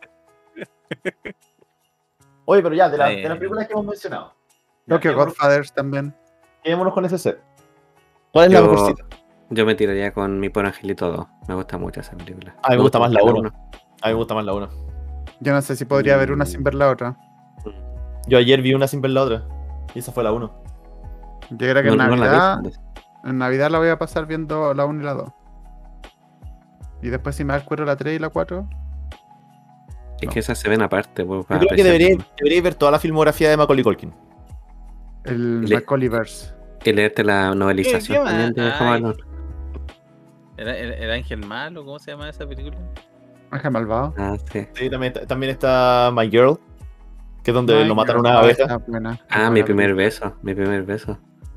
Oye, pero ya, de, la- Eh. de las películas que hemos mencionado. Ya, Tokyo quedémonos, Godfathers también. quedémonos con ese set. ¿Cuál es la Yo, mejorcita? yo me tiraría con Mi Pobre Angelito dos. Me gusta mucho esa película. A mí me gusta más la mucho uno. A mí me gusta más la uno. Yo no sé si podría haber una Mm. sin ver la otra. Yo ayer vi una sin ver la otra. Y esa fue la uno. Yo creo que No, en no la vi, Navidad. fíjate. En Navidad la voy a pasar viendo la uno y la dos. Y después si me da el cuero la tres y la cuatro. Es No. que esas se ven aparte. Pues, Yo para creo que apreciar. deberíais deberíais ver toda la filmografía de Macaulay Culkin. El Le- Macaulayverse. Y leerte la novelización ¿Qué- qué también de más? Home Ay. Alone. ¿Era el, el ángel malo? ¿Cómo se llama esa película? Ángel Malvado. Ah, sí. Sí, también, está- también está My Girl, que es donde Ay, lo mataron pero a una está abeja. buena. Ah, Es mi buena primer película. beso. Mi primer beso.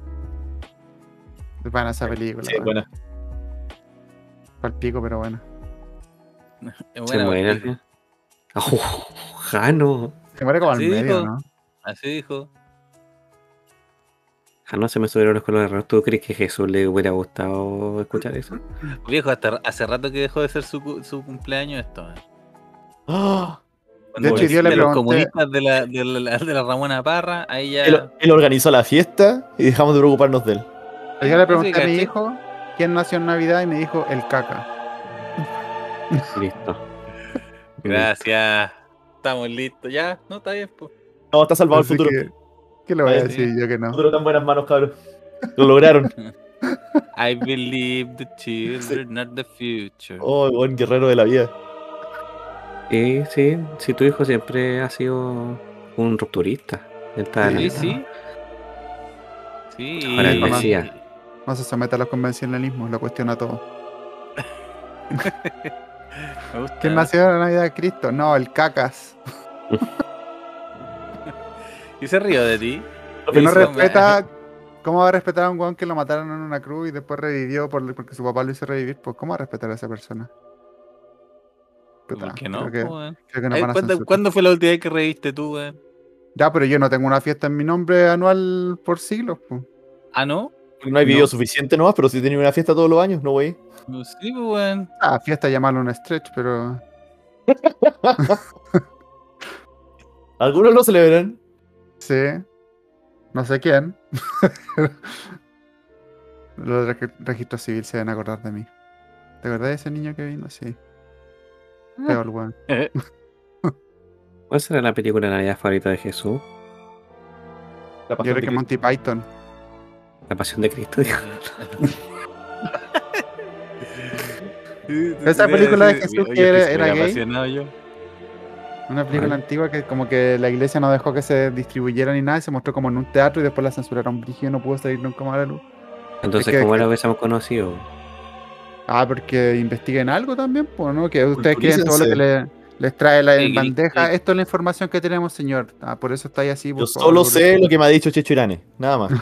Es buena esa película. Sí, es buena. Pal pico, pero buena. Es Se buena, muere. porque- Oh, Jano. Se muere como al Sí, medio, po. ¿no? Así dijo. Jano se me subieron los colores rojos. ¿Tú crees que a Jesús le hubiera gustado escuchar eso? Viejo, hasta hace rato que dejó de ser su, cu- su cumpleaños esto. man. ¡Ah! Cuando De hecho, yo le de los pregunté- comunistas de la, de, la, de la Ramona Parra, ahí ya. Él, él organizó la fiesta y dejamos de preocuparnos de él. Yo le Ese pregunté a mi caché. hijo quién nació en Navidad y me dijo el caca. Listo. Gracias. Estamos listos. Ya, no, está bien, pues. No, está salvado Así el futuro. que, ¿qué le voy a Vaya, decir yo que El no? futuro está en buenas manos, cabrón. Lo lograron. I believe the children are the future. Oh, buen guerrero de la vida. Y sí, si tu hijo siempre ha sido un rupturista. Él está Sí, adelantado. sí. Sí. Ahora el Mesías. No se somete a los convencionalismos, lo cuestiona todo. Me gusta. ¿Quién nació en la Navidad de Cristo? No, el cacas. Y se río de ti. Que no Eso, respeta. ¿Cómo va a respetar a un weón que lo mataron en una cruz y después revivió por- porque su papá lo hizo revivir? Pues, ¿cómo va a respetar a esa persona? Puta, ¿Por qué no? Creo que, po, weón? creo que nos Ay, van a ¿cuándo, censurar. ¿Cuándo fue la última vez que reviste tú, weón? Ya, pero yo no tengo una fiesta en mi nombre anual por siglos. Pues. Ah, ¿no? Porque no hay No. video suficiente nomás, pero si tenía una fiesta todos los años, no voy. No, sí, pues, weón. Ah, fiesta llamarlo un stretch, pero. Algunos lo celebran. Sí. No sé quién. Los de reg- registro civil se van a acordar de mí. ¿Te acordás de ese niño que vino? Sí. Feo el weón. ¿Cuál será la película de Navidad favorita de Jesús? La Yo pasión creo de que Monty Python. La Pasión de Cristo, digo. Esa película de Jesús que era- era gay. apasionado yo. Una película Ay. antigua que como que la iglesia no dejó que se distribuyera ni nada, y se mostró como en un teatro y después la censuraron brígido y no pudo salir nunca más a la luz. Entonces, Es que- ¿cómo que- lo hubiésemos conocido? Ah, porque investiguen algo también, pues, ¿no? Que ustedes creen todo lo que Culturícense. le- les trae la Sí, en que- bandeja. que- Esto es la información que tenemos, señor. Ah, por eso está ahí así. Yo por favor, solo por- sé lo que me ha dicho Checho Irane, nada más.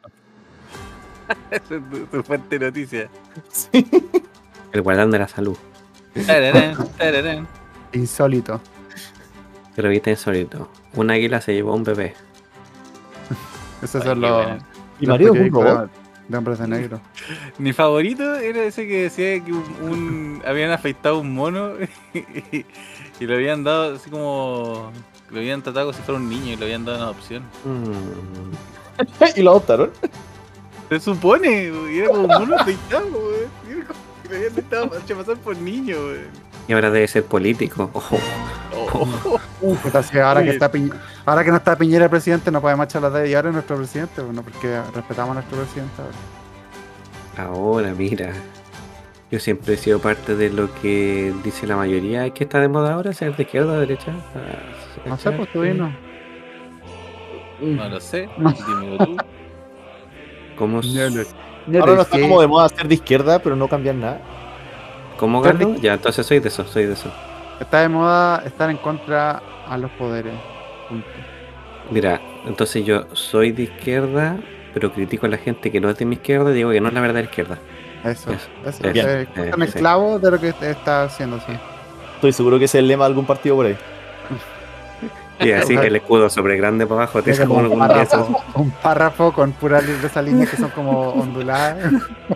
Esa es tu, tu fuente de noticias. El guardián de la salud. Tararán, tararán. Insólito. Pero viste insólito. Un águila se llevó a un bebé. Esos Ay, son qué los, buena. Y los Mario es un periódicos robot. de, de hombres de negro. Mi favorito era ese que decía que un, un- habían afeitado un mono y, y lo habían dado así como. Lo habían tratado como si fuera un niño y lo habían dado en adopción. Mm. Y lo adoptaron. Se supone, y era como un mono afeitado, güey. Y era como que lo habían estado hecho pasar por niño, güey. Y ahora debe ser político. Ojo. Oh, Puta, sí, ahora, que Oye. está Piñ- ahora que no está Piñera el presidente, no podemos echar la de y ahora es nuestro presidente, bueno, porque respetamos a nuestro presidente ahora. Ahora, mira. Yo siempre he sido parte de lo que dice la mayoría. ¿Es que está de moda ahora ser de izquierda o de derecha? Ah, No sé, pues tú vino. no lo sé, No. dímelo tú. ¿Cómo, Ahora no está como de moda ser de izquierda, pero no cambiar nada. ¿Cómo Ser de gano? Ya, entonces soy de eso, soy de eso. Está de moda estar en contra a los poderes. Punto. Mira, entonces yo soy de izquierda, pero critico a la gente que no es de mi izquierda y digo que no es la verdadera izquierda. Eso, Eso, eso. eso, eh, eh, Son sí. esclavos de lo que está haciendo, sí. Estoy seguro que ese es el lema de algún partido por ahí. Y así el escudo sobre grande para abajo te Es como saca un un beso. párrafo, un párrafo con puras li- de esas líneas que son como onduladas.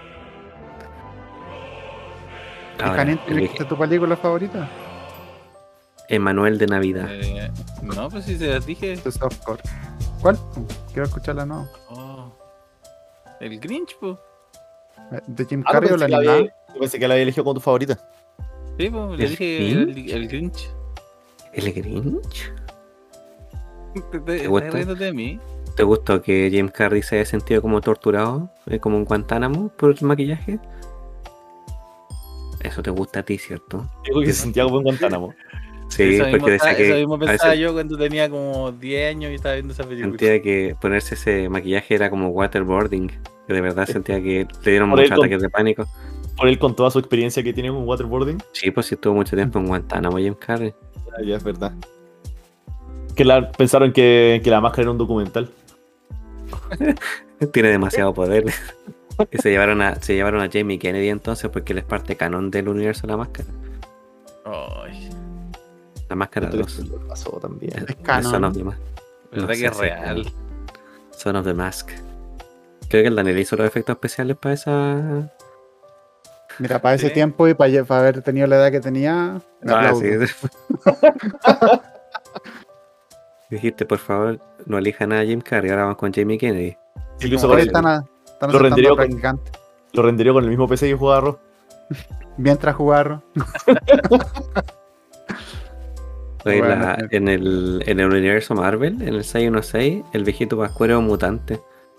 Ahora, Janine, ¿tienes elige que ser tu película favorita? Emanuel de Navidad. Eh, no, pues si se las dije. Tu softcore. ¿Cuál? Quiero escucharla, no. Oh, el Grinch, pues. ¿De Jim Ah, no, Carrey o la pensé, que la animada? había, yo pensé que la había elegido como tu favorita. Sí, pues, le ¿El dije el, el Grinch. ¿El Grinch? ¿Te, te, ¿Estás gusta? riéndote de mí? ¿Te gustó que Jim Carrey se haya sentido como torturado, eh, como en Guantánamo por el maquillaje? Eso te gusta a ti, ¿cierto? Digo que se sentía como en Guantánamo. Sí, eso mismo, porque decía estaba- que eso mismo a pensaba veces yo cuando tenía como diez años y estaba viendo esa película. sentía que ponerse ese maquillaje era como waterboarding. Que de verdad sentía que le dieron Por muchos el con- ataques de pánico. Por él con toda su experiencia que tiene con waterboarding. Sí, pues sí estuvo mucho tiempo en Guantánamo Jim Carrey. Ah, ya es verdad. Que la, pensaron que, que la máscara era un documental. Tiene demasiado poder. Y se llevaron a, se llevaron a Jamie Kennedy entonces porque él es parte canon del universo de la máscara. Ay, La máscara Esto dos. le pasó también. Es canon. Son of the Mask. verdad No que sé es si real. Son of the Mask. Creo que el Daniel hizo los efectos especiales para esa. Mira, para ese Sí. tiempo y para, para haber tenido la edad que tenía, me Ah, aplaudo. sí. Dijiste, por favor, no elijan a Jim Carrey, ahora vamos con Jamie Kennedy. Sí, Como eso que lo- están, a- están lo aceptando rendería a con- practicantes. Lo rendería con el mismo P C que jugaba Ross. Mientras jugar. Oye, Bueno, la- sí. en, el, en el universo Marvel, en el seis uno seis, el viejito Pascuero es un mutante.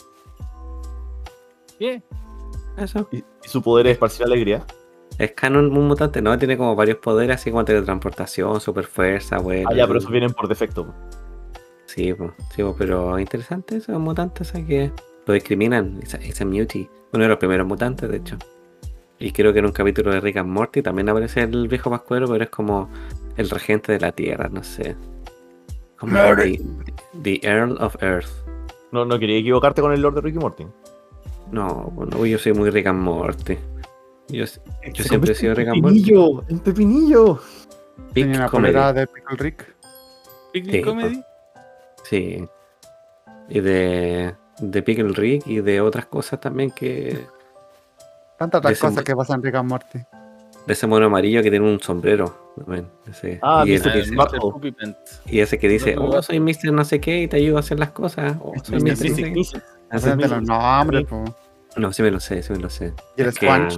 ¿Qué? Eso. Y, y su poder es esparcir alegría. ¿Es canon un mutante? No, tiene como varios poderes, así como teletransportación, super fuerza, bueno. Ah, ya, pero esos vienen por defecto. po. Sí, pues, sí, po, pero interesante esos mutantes, ¿sabes? Que lo discriminan. It's a, it's a mutie. Uno de los primeros mutantes, de hecho. Y creo que en un capítulo de Rick and Morty también aparece el viejo Pascuero, pero es como el regente de la Tierra, no sé. Como the, the Earl of Earth. No, no quería equivocarte con el Lord de Ricky Morty. No, bueno, yo soy muy Rick and Morty. Yo, yo Se siempre he convierte sido en Rick and Morty. pepinillo, en pepinillo. Big Tenía una comedy. polera de Pickle Rick. ¿Picnic Sí, Comedy? Sí. Y de, de Pickle Rick y de otras cosas también que... Tantas otras De ese cosas mo- que pasan en Rick and Morty. De ese mono amarillo que tiene un sombrero. también, ese. Ah, y, el mister que Ah, dice- Smart. mister Smartphone. Poopy Pants. y ese que dice, No, no, oh, soy mister no sé qué y te ayudo a hacer las cosas. Oh, soy mister mister no sé qué. Aprende Así los mismo. nombres, po. No, sí me lo sé, sí me lo sé. Y el Es que Squanch.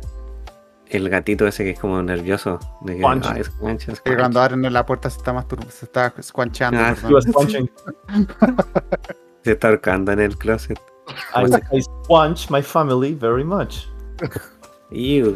El gatito ese que es como nervioso. De que, Squanch. ah, es Squanch, es Que Squanch. cuando abren la puerta se está mastur- se está squanchando. Ah, perdón. He was squanching. Se está ahorcando en el closet. I, I squanch my family very much. Ew.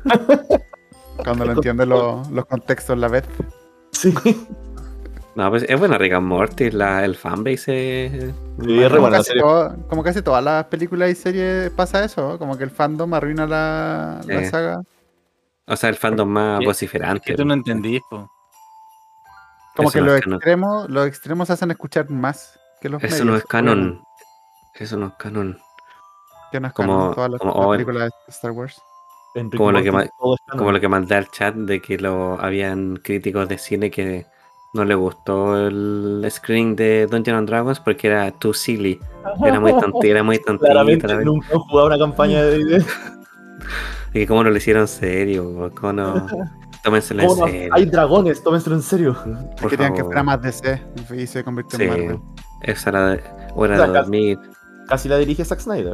Cuando lo entiende lo- los contextos la vez. Sí. No, pues es buena Rick and Morty, la, el fanbase es... Sí, es re Como buena la casi, serie. todo- como casi todas las películas y series pasa eso, ¿no? Como que el fandom arruina la, la Sí. saga. O sea, el fandom más ¿Qué? vociferante. Que tú no entendís, po. Como Eso que no los es canon. extremos, los extremos hacen escuchar más que los Eso medios. no es canon. obviamente. Eso no es canon. Que no es Como- canon todas las, como- las oh, películas de Star Wars. En Rick Como and lo que Morty ma- todo es canon. Como lo que mandé al chat de que lo habían críticos de cine que no le gustó el screening de Dungeons and Dragons porque era too silly. Era muy tontita, era muy tontita. Claramente la- nunca han jugado una campaña de D and D. Y que cómo no lo hicieron serio, cómo no. Tómenselo en ¿Cómo no? serio. Hay dragones, tómenselo en serio. por Querían que favor. fuera más D C y se convirtió Sí, en Marvel. esa era de, hora O sea, de casi- dormir. Casi la dirige Zack Snyder.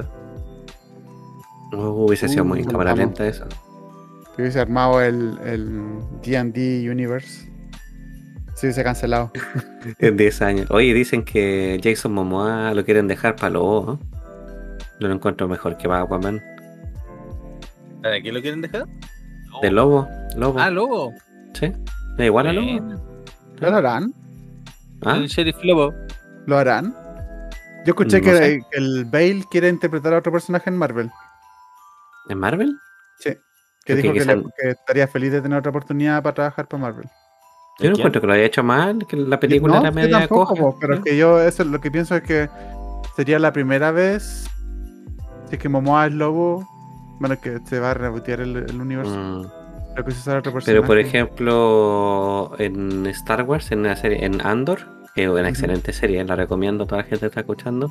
Uh, hubiese sido muy Uh, cámara vamos. lenta eso. Si hubiese armado el, el D and D Universe, se hubiese cancelado. En diez años. Oye, dicen que Jason Momoa lo quieren dejar para lobo, ¿no? Yo lo encuentro mejor que para Aquaman. ¿Para qué lo quieren dejar? De lobo, lobo. Ah, Lobo. Sí. Da igual a lobo. Bueno. ¿Lo harán? ¿Ah? El Sheriff Lobo. ¿Lo harán? Yo escuché No que sé. el Bale quiere interpretar a otro personaje en Marvel. ¿En Marvel? Sí. Que Porque dijo que, quizá- le- que estaría feliz de tener otra oportunidad para trabajar para Marvel. Yo no ¿Quién? encuentro que lo haya hecho mal, que la película No, era yo media tampoco, coja. po, pero es que yo eso es lo que pienso es que sería la primera vez si es que Momoa es lobo, bueno, que se va a rebotear el, el universo. Mm. Creo que se usará otro personaje. Pero por ejemplo, en Star Wars, en la serie, en Andor, que es una Ujú. excelente serie, la recomiendo a toda la gente que está escuchando,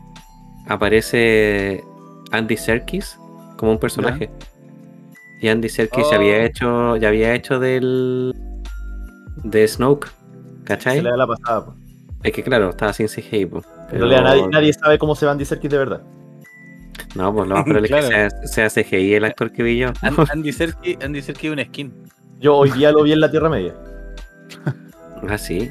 aparece Andy Serkis como un personaje. Y Andy Serkis Oh. ya había hecho, ya había hecho del de Snoke, ¿cachai? Se le da la pasada. po. Es que claro, estaba sin C G I, po. En Pero- realidad nadie, nadie sabe cómo se van a decir de verdad. No, pues lo más probable es que Claro. sea, sea C G I el actor que vi yo. An- Andy Serkis Andy Serkis es una skin. Yo hoy día lo vi en la Tierra Media. Ah, sí.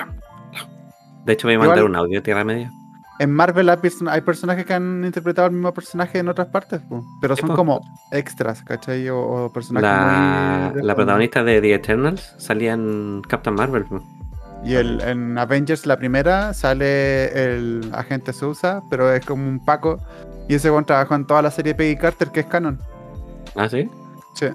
De hecho, voy a mandar Igual- un audio de Tierra Media. En Marvel hay, person- hay personajes que han interpretado al mismo personaje en otras partes, po, pero Sí, son po. como extras, ¿cachai? O, o personajes La, muy... de la fondo. protagonista de The Eternals salía en Captain Marvel. po. Y el, en Avengers, la primera, sale el agente Sousa, pero es como un Paco. Y ese weón trabajó en toda la serie Peggy Carter, que es canon. Ah, sí. Sí.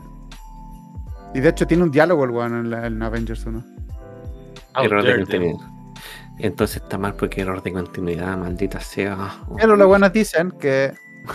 Y de hecho tiene un diálogo el weón en, la- en Avengers uno. Error de Daredevil. continuidad. Entonces está mal porque error de continuidad, maldita sea. Oh. Pero los buenos dicen que.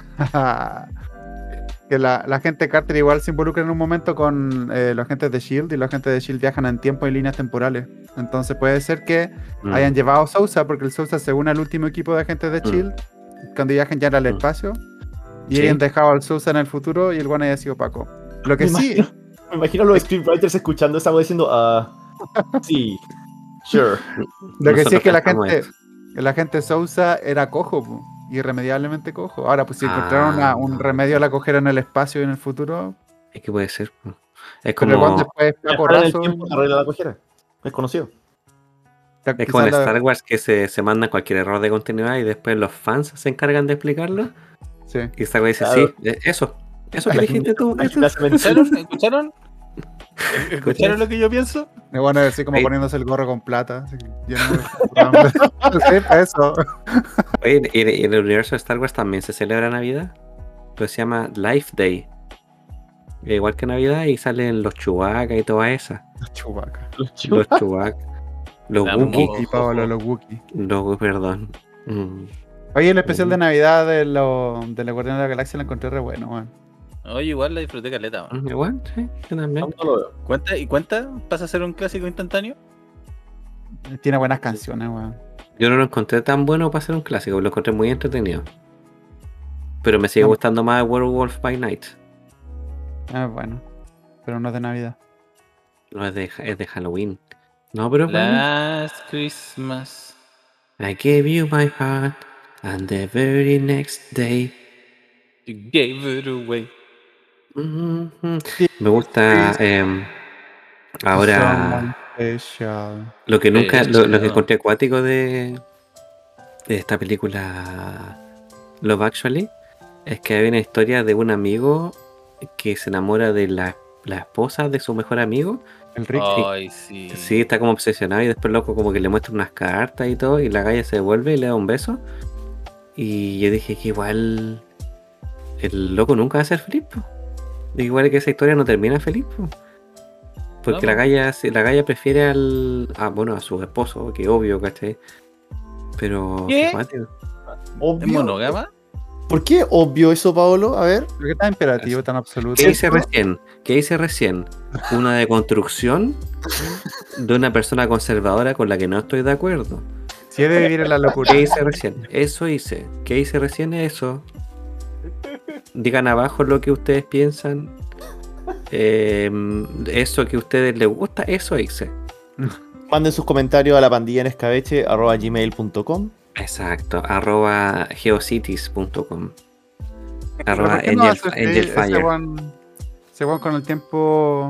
que la, la gente Carter igual se involucra en un momento con eh, los agentes de Shield y los agentes de Shield viajan en tiempo y líneas temporales. Entonces puede ser que Mm. hayan llevado a Sousa porque el Sousa se une al último equipo de agentes de Mm. Shield cuando viajan ya al Mm. espacio y Sí. hayan dejado al Sousa en el futuro y el bueno haya sido Paco. Lo que Me sí, imagino, me imagino a los scriptwriters escuchando esa voz diciendo, ah, sí, Sure. Lo que sí Nosotros es que la cantamos gente, esto. la gente Sousa era cojo, po, irremediablemente cojo. Ahora, pues si encontraron una- Ah, un remedio a la cojera en el espacio y en el futuro, es que puede ser. po. Es pero el weón como, después está Viajar en el corrazo. tiempo te arregla la cojera. Es conocido. es como en Star Wars que se, se manda cualquier error de continuidad y después los fans se encargan de explicarlo. Sí. Y Star Wars dice, Claro. sí, eh, eso. Eso que La dijiste tú. La eso. gimnasia mental. ¿Escucharon? ¿Escucharon? ¿Escucharon lo que yo pienso? Me van a decir como Ahí- poniéndose el gorro con plata. Así, lleno de... Sí, eso. Oye, y en- y en el universo de Star Wars también se celebra Navidad. Pero se llama Life Day. Igual que Navidad y salen los Chewbacca y toda esa. Chubaca. Los chivos. Los Chewbacca. Los La Wookiee. mo- Y Pablo, los Wookiee. Los, perdón. Mm. Oye, el especial de Navidad de, lo, de la Guardiana de la Galaxia lo encontré re bueno, man. Oye, igual la disfruté caleta, man. Mm, Igual, sí, yo también. No lo veo. ¿Cuenta? ¿Y cuenta? ¿Pasa a ser un clásico instantáneo? Tiene buenas canciones, weón. Yo no lo encontré tan bueno para ser un clásico, lo encontré muy entretenido. Pero me sigue No. gustando más Werewolf by Night. Es bueno. Pero no es de Navidad. No es de, es de Halloween. No, pero es bueno. Last Christmas. I gave you my heart, and the very next day. You gave it away. Mhm. Me gusta em, ahora Someone special. lo que nunca, Sí, lo, sí, lo que no. encontré acuático de, de esta película Love Actually es que hay una historia de un amigo que se enamora de la, la esposa de su mejor amigo. El Rick. Ay, sí. Sí, está como obsesionado y después loco como que le muestra unas cartas y todo y la galla se devuelve y le da un beso. Y yo dije que igual el loco nunca va a ser feliz, po. Igual que esa historia no termina feliz, po. Porque No, la po. galla, si la galla prefiere al a, bueno, a su esposo, que obvio, ¿cachai? Pero ¿Qué? cuático. ¿Es Obvio. monógama? ¿Por qué obvio eso, Paolo? A ver. ¿Por qué tan imperativo, tan absoluto? ¿Qué hice recién? ¿Qué hice recién? Una deconstrucción de una persona conservadora con la que no estoy de acuerdo. Si he de vivir en la locura. ¿Qué hice recién? Eso hice. ¿Qué hice recién? Eso. Digan abajo lo que ustedes piensan. Eh, eso que a ustedes les gusta, eso hice. Manden sus comentarios a la pandilla en escabeche arroba gmail punto com. Exacto. Arroba geocities punto com. Pero Arroba ¿por qué no Angel, haces así? Angel Ese Fire. weón, ese weón con el tiempo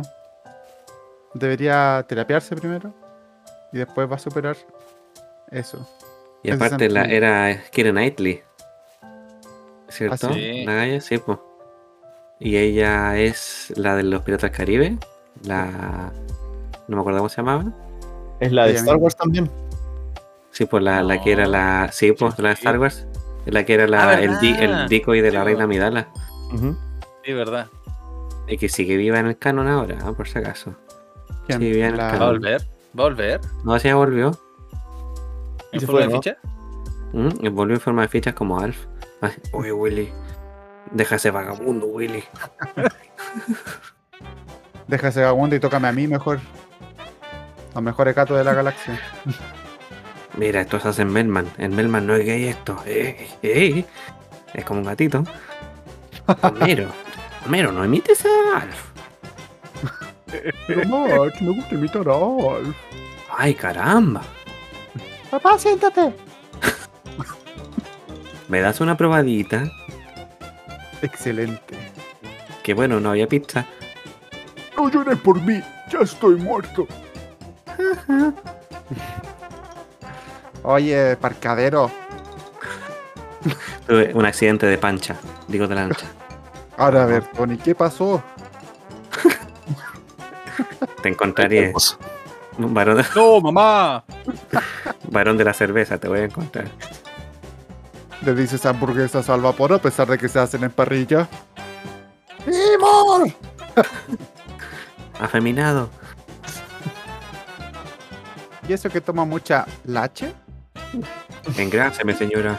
debería terapiarse primero y después va a superar eso. Y ese aparte la, sentido. era Keira Knightley. ¿Cierto? Ah, sí. La galla, sí, pues. Y ella es la de los Piratas del Caribe. La. No me acuerdo cómo se llamaba. Es la de Ella Star misma. Wars también. Sí, pues la, la que era la. Sí, pues la de Star Wars. La que era la, Ah, el, di- el ¿verdad? decoy de la Sí, reina pues. Amidala. Ujú. Sí, verdad. Y que sigue viva en el canon ahora, ¿ah? Por si acaso. ¿Quién? Sí, bien, La- ¿Va a cabrón. volver? ¿Va a volver? No, así ya volvió. ¿En se forma fue, de ¿no? ficha? ¿Mm? Y volvió en forma de fichas como Alf. Ay, oye, Willy. Deja ese vagabundo, Willy. Deja ese vagabundo y tócame a mí mejor. Los mejores gatos de la galaxia. Mira, esto se hace en Melman. En Melman no es gay esto. Eh, eh. Es como un gatito. Homero. Homero, no imites a Alf. Pero March, me gusta imitar a Alf. Ay, caramba. Papá, siéntate. ¿Me das una probadita? Excelente. Que bueno, no había pizza. No llores por mí, ya estoy muerto. Oye, parcadero. Tuve un accidente de pancha. Digo de lancha. Ahora a ver, Tony, ¿qué pasó? Te encontraré. Un varón, ¡No, mamá! varón de la cerveza, te voy a encontrar. Le dices hamburguesas al vapor a pesar de que se hacen en parrilla. ¡Simón! Afeminado. ¿Y eso que toma mucha lache? Engráseme, señora.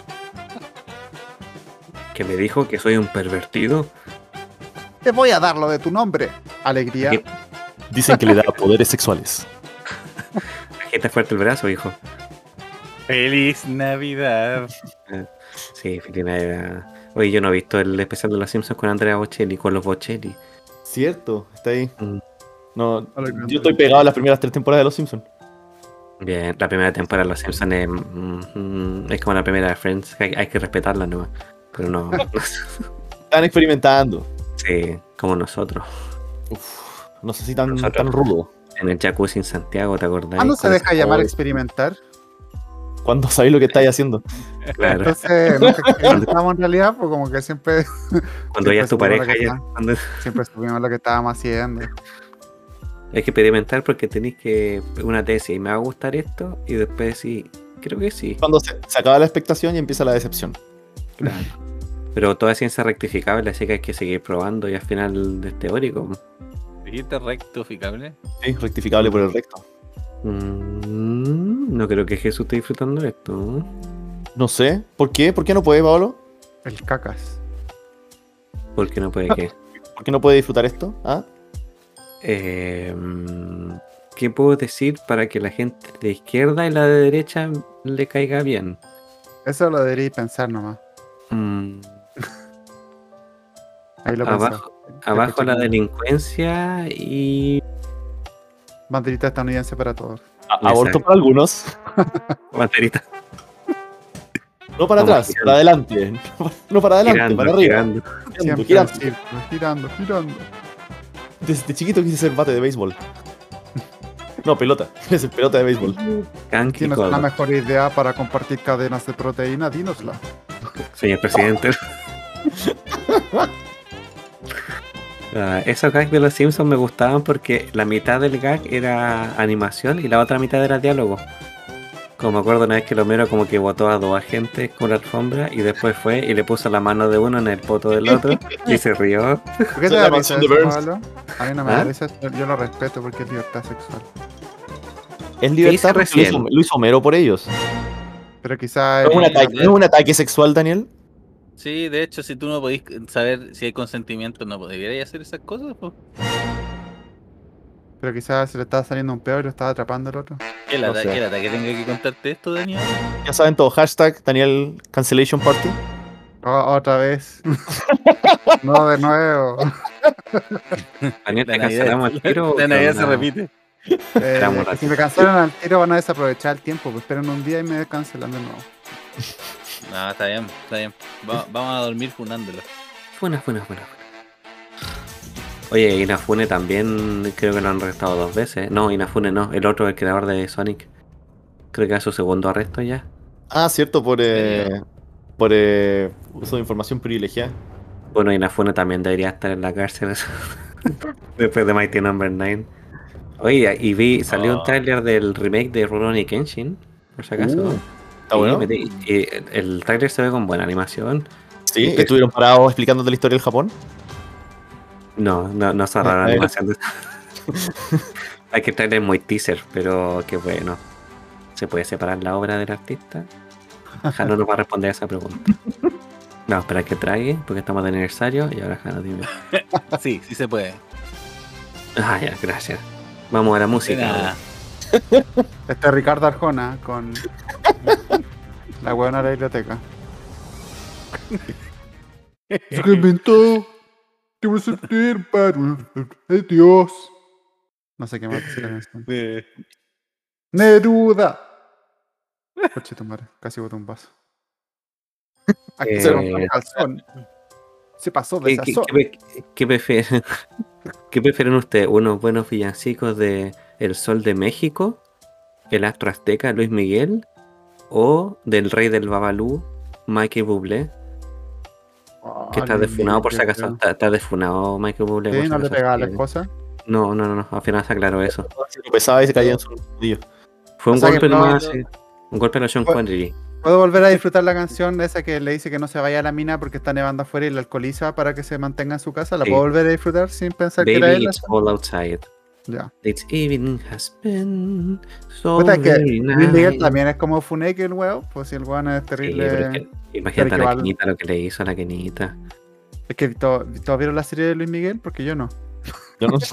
Que me dijo que soy un pervertido. Te voy a dar lo de tu nombre. Alegría. Aquí- Dicen que le da poderes sexuales. Agita fuerte el brazo, hijo. ¡Feliz Navidad! Sí, feliz Navidad. Oye, yo no he visto el especial de los Simpsons con Andrea Bocelli, con los Bocelli. Cierto, está ahí. Mm. No, Alejandro. yo estoy pegado a las primeras tres temporadas de Los Simpsons. Bien, la primera temporada de Los Simpsons es, mm, mm, es como la primera de Friends, hay, hay que respetarla nomás. Pero no, Están experimentando. sí, como nosotros. Uf, no sé si tan, Nosotros. tan rudo. En el jacuzzi en Santiago, ¿te acordás? ¿Cuándo se Con deja ese llamar juego? experimentar? Cuando sabéis lo que estáis haciendo. Claro, Entonces, nunca experimentamos en realidad, pues como que siempre, cuando ya es tu supimos lo pareja, que ya, está. cuando- siempre supimos lo que estábamos haciendo. hay que experimentar porque tenéis que una tesis, y me va a gustar esto, y después sí, creo que sí. Cuando se, se acaba la expectación y empieza la decepción. Pero toda ciencia rectificable, así que hay que seguir probando y al final es teórico. ¿Dijiste rectificable? Sí, rectificable por el recto. Mm, no creo que Jesús esté disfrutando de esto. ¿No? No sé. ¿Por qué? ¿Por qué no puede, Pablo? El cacas. ¿Por qué no puede qué? ¿Por qué no puede disfrutar esto? ¿Ah? Eh, ¿Qué puedo decir para que la gente de izquierda y la de derecha le caiga bien? Eso lo deberíais pensar nomás. Mm, Ahí lo pensé. abajo abajo la delincuencia y Banderita estadounidense para todos. A- Exacto. aborto para algunos. banderita No para Vamos atrás, girando. para adelante. No para adelante, girando, para arriba. girando. Girando, Siempre girando. en círculo, girando, girando. Desde chiquito quise ser bate de béisbol. No, pelota. Es el pelota de béisbol. Kanki ¿Tienes Kodo. una mejor idea para compartir cadenas de proteína? Dínosla. Señor presidente. Ah, esos gags de los Simpsons me gustaban porque la mitad del gag era animación y la otra mitad era diálogo. Como me acuerdo una vez que Homero como que botó a dos agentes con la alfombra y después fue y le puso la mano de uno en el poto del otro y se rió. ¿Por qué te Es la da risa mansión de eso, Burns. Pablo? A mí no me ¿Ah? da risa, yo lo respeto porque es libertad sexual. Es hice libertad porque lo recién? hizo, lo hizo Homero por ellos. Pero quizá ¿No es un el- ataque, ¿no es un ataque sexual, Daniel? Sí, de hecho, si tú no podís saber si hay consentimiento, no podrías hacer esas cosas, pues. pero quizá se le estaba saliendo un peor y lo estaba atrapando el otro. ¿Qué No lata, sé. qué lata que tenga que contarte esto, Daniel? Ya saben todo. Hashtag Daniel Cancellation Party. Oh, otra vez. No, de nuevo. Daniel, ¿te La Navidad, cancelamos al tiro? o la qué Navidad se onda? repite. Eh, Esperamos un si me cancelan al tiro van a desaprovechar el tiempo. Pues esperen un día y me cancelan de nuevo. No, está bien, está bien. Va- vamos a dormir funándolo. Funa, funa, funa, funa. Oye, Inafune también creo que lo han arrestado dos veces. No, Inafune no, el otro, el creador de Sonic. Creo que es su segundo arresto ya. Ah, cierto, por, eh, serio? por eh, uso de información privilegiada. Bueno, Inafune también debería estar en la cárcel después de Mighty Number nueve. Oye, y vi, salió un Oh. tráiler del remake de Rurouni Kenshin, por si acaso. Uh, ¿Está Y bueno? metí- y el, el tráiler se ve con buena animación. Sí, es que- estuvieron parados explicándote la historia del Japón. No, no, no cerrar la Eh, eh. animación. de- Hay que traerle muy teaser, pero qué bueno. ¿Se puede separar la obra del artista? Jano nos va a responder a esa pregunta. Vamos a esperar que trague, porque estamos de aniversario y ahora Jano dime. Sí, sí se puede. Ah, ya, gracias. Vamos a la De música. nada. Este es Ricardo Arjona con la huevona de la biblioteca. Se que inventó. Te voy a sentir para de Dios. No sé qué más dice la canción. Eh, Neruda. Coche tu madre, casi botó un vaso. Aquí Eh, se rompió el calzón. Se pasó de ¿Qué, qué, sazón. qué pre- qué prefieren? ¿Qué prefieren ustedes? ¿Unos buenos villancicos de El Sol de México? ¿El Astro Azteca, Luis Miguel? ¿O del Rey del Babalú, Michael Bublé? Oh, Que está Luis defunado por si Miguel, acaso. creo. Está, está defunado Michael Bublé. por Sí, si no le acaso pegaba a la se- esposa. No, no, no, no. Al final se aclaró eso. Se tropezaba y se caía en su nudillo. Fue un O sea que golpe no- nomás. sí. Un golpe a la Sean Fue- Connery. ¿Puedo volver a disfrutar la canción de esa que le dice que no se vaya a la mina porque está nevando afuera y la alcoholiza para que se mantenga en su casa? ¿La Sí. puedo volver a disfrutar sin pensar que era Baby, él? it's all outside. Ya. This evening has been so Puta, es que very Luis Miguel nice. también es como Funeke el weón, pues si el weón es Sí, terrible. pero es que imagínate pero a la igual- Kenita lo que le hizo a la Kenita. Es que to- todos vieron la serie de Luis Miguel porque yo no. Yo no sé.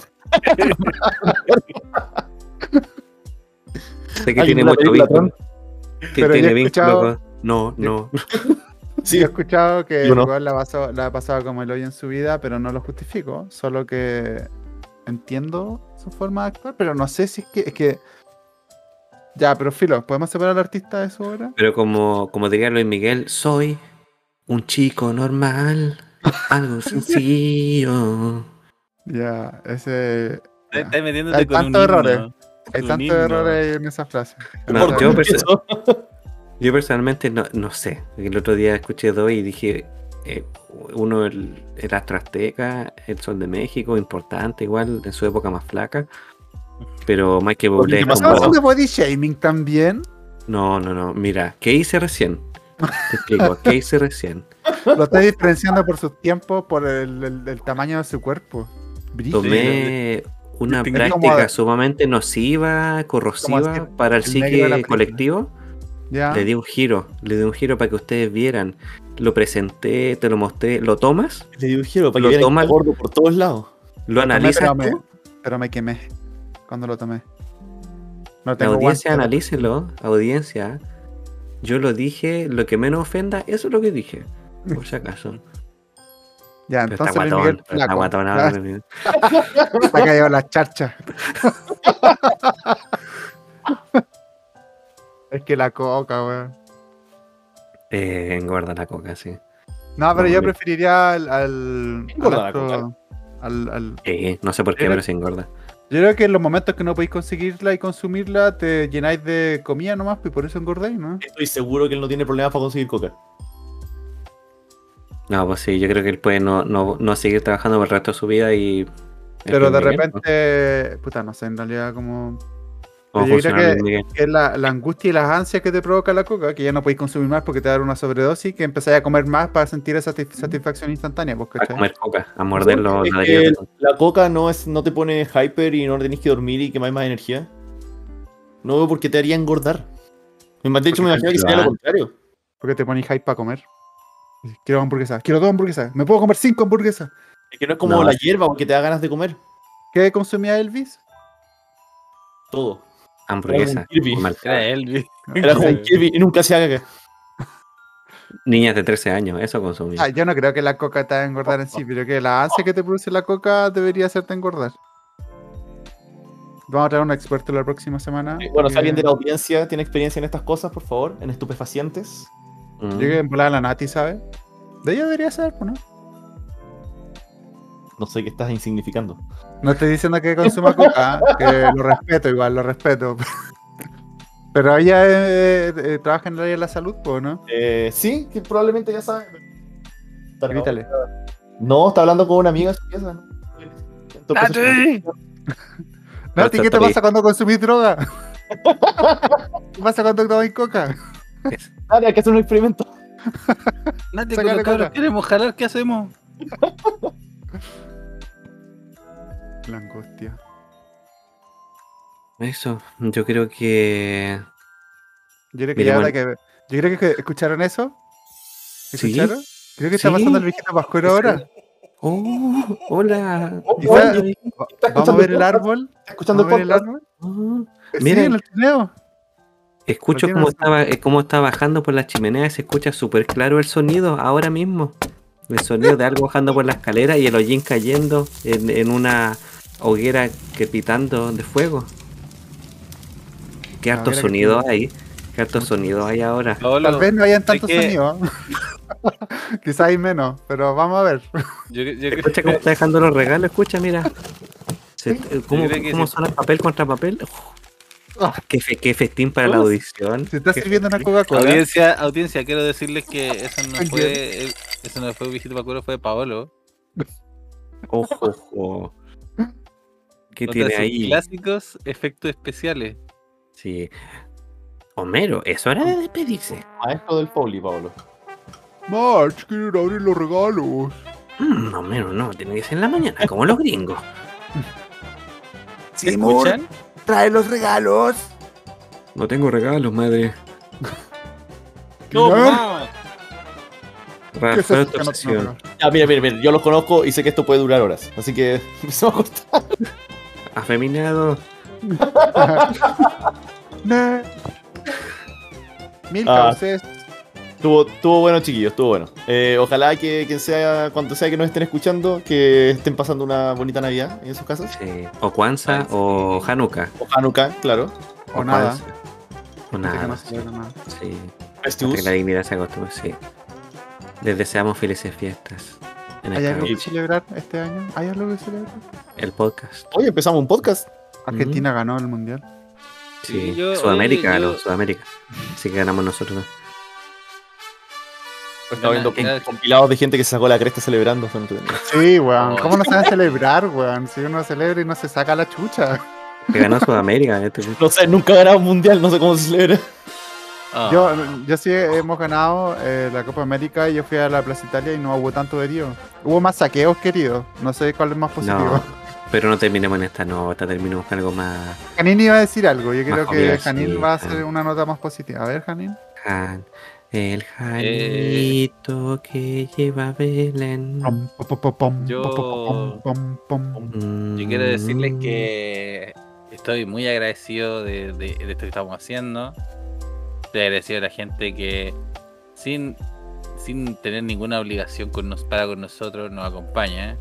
Sé que Ay, tiene la mucho película vínculo. Que Pero tiene yo he vínculo escuchado- con- No, no. Sí, Yo he escuchado que Yo el no. weón la, pasó- la ha pasado como el hoyo en su vida, pero no lo justifico. Solo que entiendo su forma de actuar, pero no sé si es que. Es que Ya, pero filo, ¿podemos separar al artista de su obra? Pero como, como diría Luis Miguel, soy un chico normal, algo sencillo. Ya, ese. Estás ya. estás metiéndote Hay con un tantos himno, errores. Hay con un tantos himno. errores en esa frase. No, ¿Por qué yo, empezó? perso- yo personalmente no, no sé. El otro día escuché dos y dije, eh, uno el, el Astro Azteca, el Sol de México, importante igual, en su época más flaca. Pero Michael Oye, Bublé ¿qué es pasó? ¿Estamos como... haciendo body shaming también? No, no, no, mira, ¿qué hice recién? Te explico, ¿qué hice recién? Lo estoy diferenciando por sus tiempos, por el, el- el tamaño de su cuerpo. Brígido. Tomé una Distinguí práctica como- sumamente nociva, corrosiva decir, para el el negro de la psique película. colectivo. Ya. Le di un giro, le di un giro para que ustedes vieran. Lo presenté, te lo mostré, ¿lo tomas? Le di un giro para que Lo vieran que toman- está gordo por todos lados. ¿Lo Tomé, analizas pero, me, tú? pero me quemé cuando lo tomé. No La tengo audiencia, guante. analícelo, audiencia. Yo lo dije, lo que menos ofenda, eso es lo que dije, por si acaso. Ya, Pero está entonces Luis guatón, Miguel pero está flaco. guatón Ya, ahora, Luis Miguel. se ha caído la charcha. Es que la coca, weón. Eh, engorda la coca, sí. No, pero No, yo me- preferiría al. al, Engorda al la astro- coca. al- al- Eh, no sé por qué, Pero- pero se engorda. Yo creo que en los momentos que no podéis conseguirla y consumirla, te llenáis de comida nomás, y por eso engordáis, ¿no? Estoy seguro que él no tiene problemas para conseguir coca. No, pues sí, yo creo que él puede no, no, no seguir trabajando por el resto de su vida y... Pero de Luis Miguel, ¿no? repente, puta, no sé, en realidad como... ¿Cómo yo creo funciona Luis Miguel? que es la, la angustia y las ansias que te provoca la coca, que ya no podéis consumir más porque te va a dar una sobredosis, que empezáis a comer más para sentir esa satisf- satisfacción instantánea, pues, A ¿cachai? comer coca, a morder los Es ladrillos que de coca. la coca no, es, no te pone hyper y no tenés que dormir y quemáis más energía. No veo por qué te haría engordar. De hecho, me Porque imagino que te sería lo ayuda. contrario. Porque te ponéis hype para comer. Quiero hamburguesa, quiero dos hamburguesas, me puedo comer cinco hamburguesas. Es que no es como No. la hierba porque te da ganas de comer. ¿Qué consumía Elvis? Todo. Hamburguesa. un Kirby. con malteada. Era Elvis. Era como un Kirby y nunca se haga caca. Niñas de trece años, eso consumí. Ah, yo no creo que la coca te haga engordar en sí, pero que la ansia que te produce la coca debería hacerte engordar. Vamos a traer un experto la próxima semana. Bueno, si que- alguien de la audiencia tiene experiencia en estas cosas, por favor, en estupefacientes. Mm. Yo que en volada la Nati, ¿sabes? De ella debería ser, pues, ¿no? No sé qué estás insignificando. No estoy diciendo que consuma coca, que lo respeto igual, lo respeto. Pero ella eh, eh, trabaja en el área de la salud, pues, ¿no? Eh, sí, que probablemente ya sabe. Grítale. No, está hablando con una amiga en su pieza. ¿no? ¡Nati! Nati, ¿qué te Doctor pasa cuando consumís droga? ¿Qué pasa cuando tomáis coca? Dale, hay que hacer un experimento. Nati, Sácale con los cabros coca. queremos jalar, ¿qué hacemos? La angustia. Eso, yo creo que... Yo creo que Mira, ya bueno. ahora que. Yo creo que escucharon eso. Sí. ¿Escucharon? Creo que está Sí. pasando el viejito Pascuero ahora. Oh, hola. Quizá- Oye, Va- ¿está Vamos a ver el escuchando árbol. ¿Estás escuchando el Vamos a ver el podcast? árbol. Oh, Eh, Miren. Sí, en el trineo. escucho Lo cómo tienes. estaba, eh, cómo está bajando por la chimenea, se escucha súper claro el sonido ahora mismo. El sonido de algo bajando por la escalera y el hollín cayendo en, en una hoguera crepitando de fuego. Qué La harto hoguera que sonido tiene. hay. Qué harto sonido hay ahora. Paolo, Tal vez no hayan tantos que- sonidos. Quizá hay menos, pero vamos a ver. yo, yo, Escucha cómo está dejando los regalos, escucha, mira. Se- eh, ¿Cómo, creo que cómo sí. suena papel contra papel? Ah. Qué, fe- qué festín para la Uf. audición. Se está Qué sirviendo una festín. Coca-Cola. Audiencia, audiencia, quiero decirles que eso no Ay, fue, el- eso no fue Viejito Pacuero, fue Paolo. Ojo, ojo. ¿Qué Otra de tiene sus ahí? clásicos efectos especiales. Sí. Homero, es hora de despedirse. Maestro del Foley, Pablo. March, quieren abrir los regalos. Mm, Homero, no, tiene que ser en la mañana, como los gringos. ¿Se escuchan? trae los regalos. No tengo regalos, madre. ¡No, ¿Qué? mamá! ¿Qué es Rafael, eso? tu Que no- obsesión. no- Ya, mira, mira, mira, yo los conozco y sé que esto puede durar horas. Así que empecemos a cortar. Afeminado. no. Mil Ah. cauces. Estuvo, estuvo bueno, chiquillos, estuvo bueno. Eh, ojalá que quien sea, cuando sea que nos estén escuchando, que estén pasando una bonita Navidad en sus casas. Sí. O Kwanzaa o Hanukkah. O Hanukkah, claro. O nada. Kwanzaa. Con Dice que nada no más. celebra nada. Sí. Festivus. Hasta que la dignidad se acostumbre, sí. Les deseamos felices fiestas en ¿Hay esta algo que noche. celebrar este año? ¿Hay algo que celebrar? El podcast. Hoy empezamos un podcast. Argentina ganó el mundial. Sí. Sí, yo- Sudamérica oye, yo- ganó, Sudamérica. Así que ganamos nosotros. Pues estaba viendo Gana- compilados de gente que se sacó la cresta celebrando. Son entretenidos. Sí, weón. Oh. ¿Cómo no saben celebrar, weón? Si uno celebra y no se saca la chucha. Que ganó Sudamérica. Este... No sé, nunca he ganado un mundial, no sé cómo se celebra. Ah, Yo, yo sí hemos ganado eh, la Copa América y yo fui a la Plaza Italia y no hubo tanto herido. Hubo más saqueos queridos. No sé cuál es más positivo. No, pero no terminemos en esta nota, terminemos con algo más. Janine iba a decir algo. Yo creo Más que jovial, Janine sí, va a hacer ah. una nota más positiva. A ver, Janine. Jan, el Janito que lleva Belén. Pom, pom, pom, pom, Yo- pom, pom, pom, pom. Mm. Yo quiero decirles que estoy muy agradecido de, de- de esto que estamos haciendo. Estoy agradecido a la gente que sin, sin tener ninguna obligación con nos, para con nosotros nos acompaña.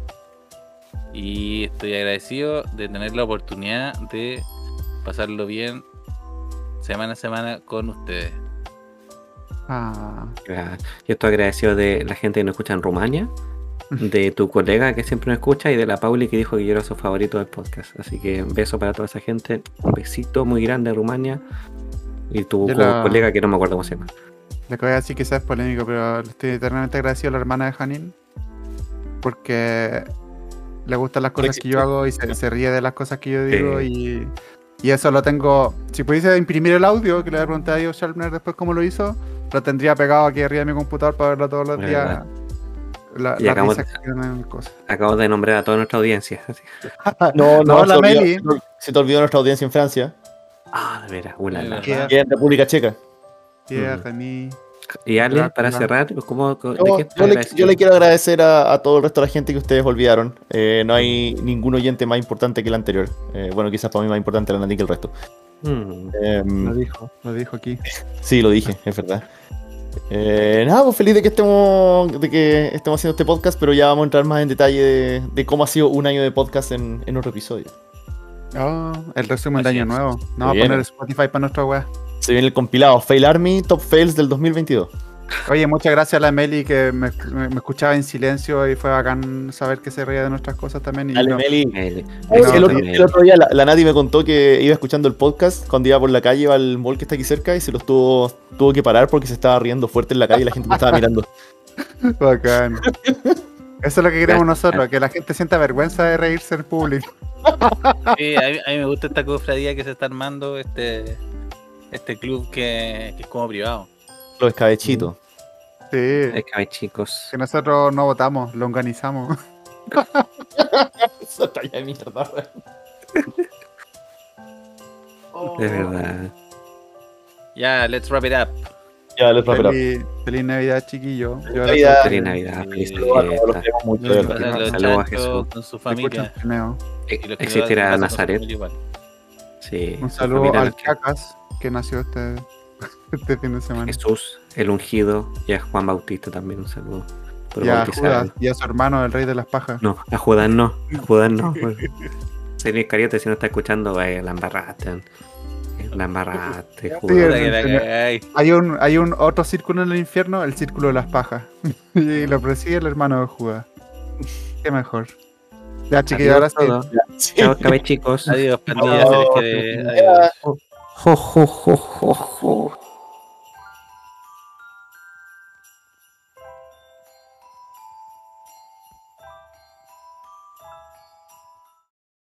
Y estoy agradecido de tener la oportunidad de pasarlo bien semana a semana con ustedes. Ah, Ah, Yo estoy agradecido de la gente que nos escucha en Rumania, de tu colega que siempre nos escucha y de la Pauli que dijo que yo era su favorito del podcast. Así que un beso para toda esa gente, un besito muy grande a Rumania y tu Yo co- la- colega que no me acuerdo cómo se llama. le voy a decir que quizás es polémico, pero le estoy eternamente agradecido a la hermana de Janine porque le gustan las Por cosas que yo hago y se, se ríe de las cosas que yo digo Sí. y, y eso lo tengo. Si pudiese imprimir el audio, que le pregunté a Diego Schalbner después cómo lo hizo, lo tendría pegado aquí arriba de mi computador para verlo todos los Es días. verdad. La, Y la acabamos risa que dan en cosas. Acabo de nombrar a toda nuestra audiencia. así. No, No, se, la te olvidó, Meli. se te olvidó nuestra audiencia en Francia Ah, de veras, ulala. De verdad. y en República Checa. Yeah, Mm. Janine. Y Ale, Drácula. para cerrar, ¿cómo, co- ¿de Yo, qué yo estás le, agradecido? yo le quiero agradecer a, a todo el resto de la gente que ustedes olvidaron. Eh, no hay ningún oyente más importante que el anterior. Eh, bueno, quizás para mí más importante la Nati que el resto. Mm, Em, Lo dijo, lo dijo aquí. Sí, lo dije, es verdad. Eh, nada, pues feliz de que estemos de que estemos haciendo este podcast, pero ya vamos a entrar más en detalle de, de cómo ha sido un año de podcast en, en otro episodio. Oh, el resumen de Así año es. nuevo. No va a Bien. poner Spotify para nuestra web. Se viene el compilado Fail Army Top Fails del dos mil veintidós. Oye, muchas gracias a la Meli que me, me- me escuchaba en silencio y fue bacán saber que se reía de nuestras cosas también. Y Dale, no- Meli. Meli. Oye, No, el, otro, Meli. el otro día la, la Nati me contó que iba escuchando el podcast cuando iba por la calle, iba al mall que está aquí cerca y se los tuvo, tuvo que parar porque se estaba riendo fuerte en la calle y la gente lo estaba mirando. Bacán. Eso es lo que queremos Gracias. nosotros, que la gente sienta vergüenza de reírse en público. Sí, a, mí, a mí me gusta esta cofradía que se está armando, este, este club que, que es como privado. Los escabechitos. Sí, Es que hay chicos. que nosotros no votamos, lo organizamos. Esa talla de mierda, weón. De verdad. Ya, let's wrap it up. Ya, les voy a Feliz, feliz Navidad, chiquillo. Yo ahora Navidad. soy- Feliz Navidad, feliz Sí. Los fiesta. queremos mucho, de Sí, verdad. Pasan los Saludos a chanchos Jesús. con su Escucha el familia. trineo. E- Y los que no Existirá pasan con su Nazaret. familia igual. Sí. Un su saludo familia al nos quiere. Chacas que nació este, este fin de semana. Jesús, el ungido, y a Juan Bautista también un saludo. Por Y a bautizar. Judas y a su hermano, el rey de las pajas. No, a Judas no, a Judas no. Señor Iscariote, si no está escuchando, vaya, la embarraste. La embarraste, Sí, Puta Judas. que la el- cagáis. Hay un, hay un otro círculo en el infierno, el círculo de las pajas. Y lo preside el hermano de Judas. Qué mejor. Ya, chiquillos, ahora Adiós sí. todo. Sí. Chao, cabé chicos. Adiós, pandilla. Adiós. se les quiere. Adiós. Jo, jo, jo, jo, jo.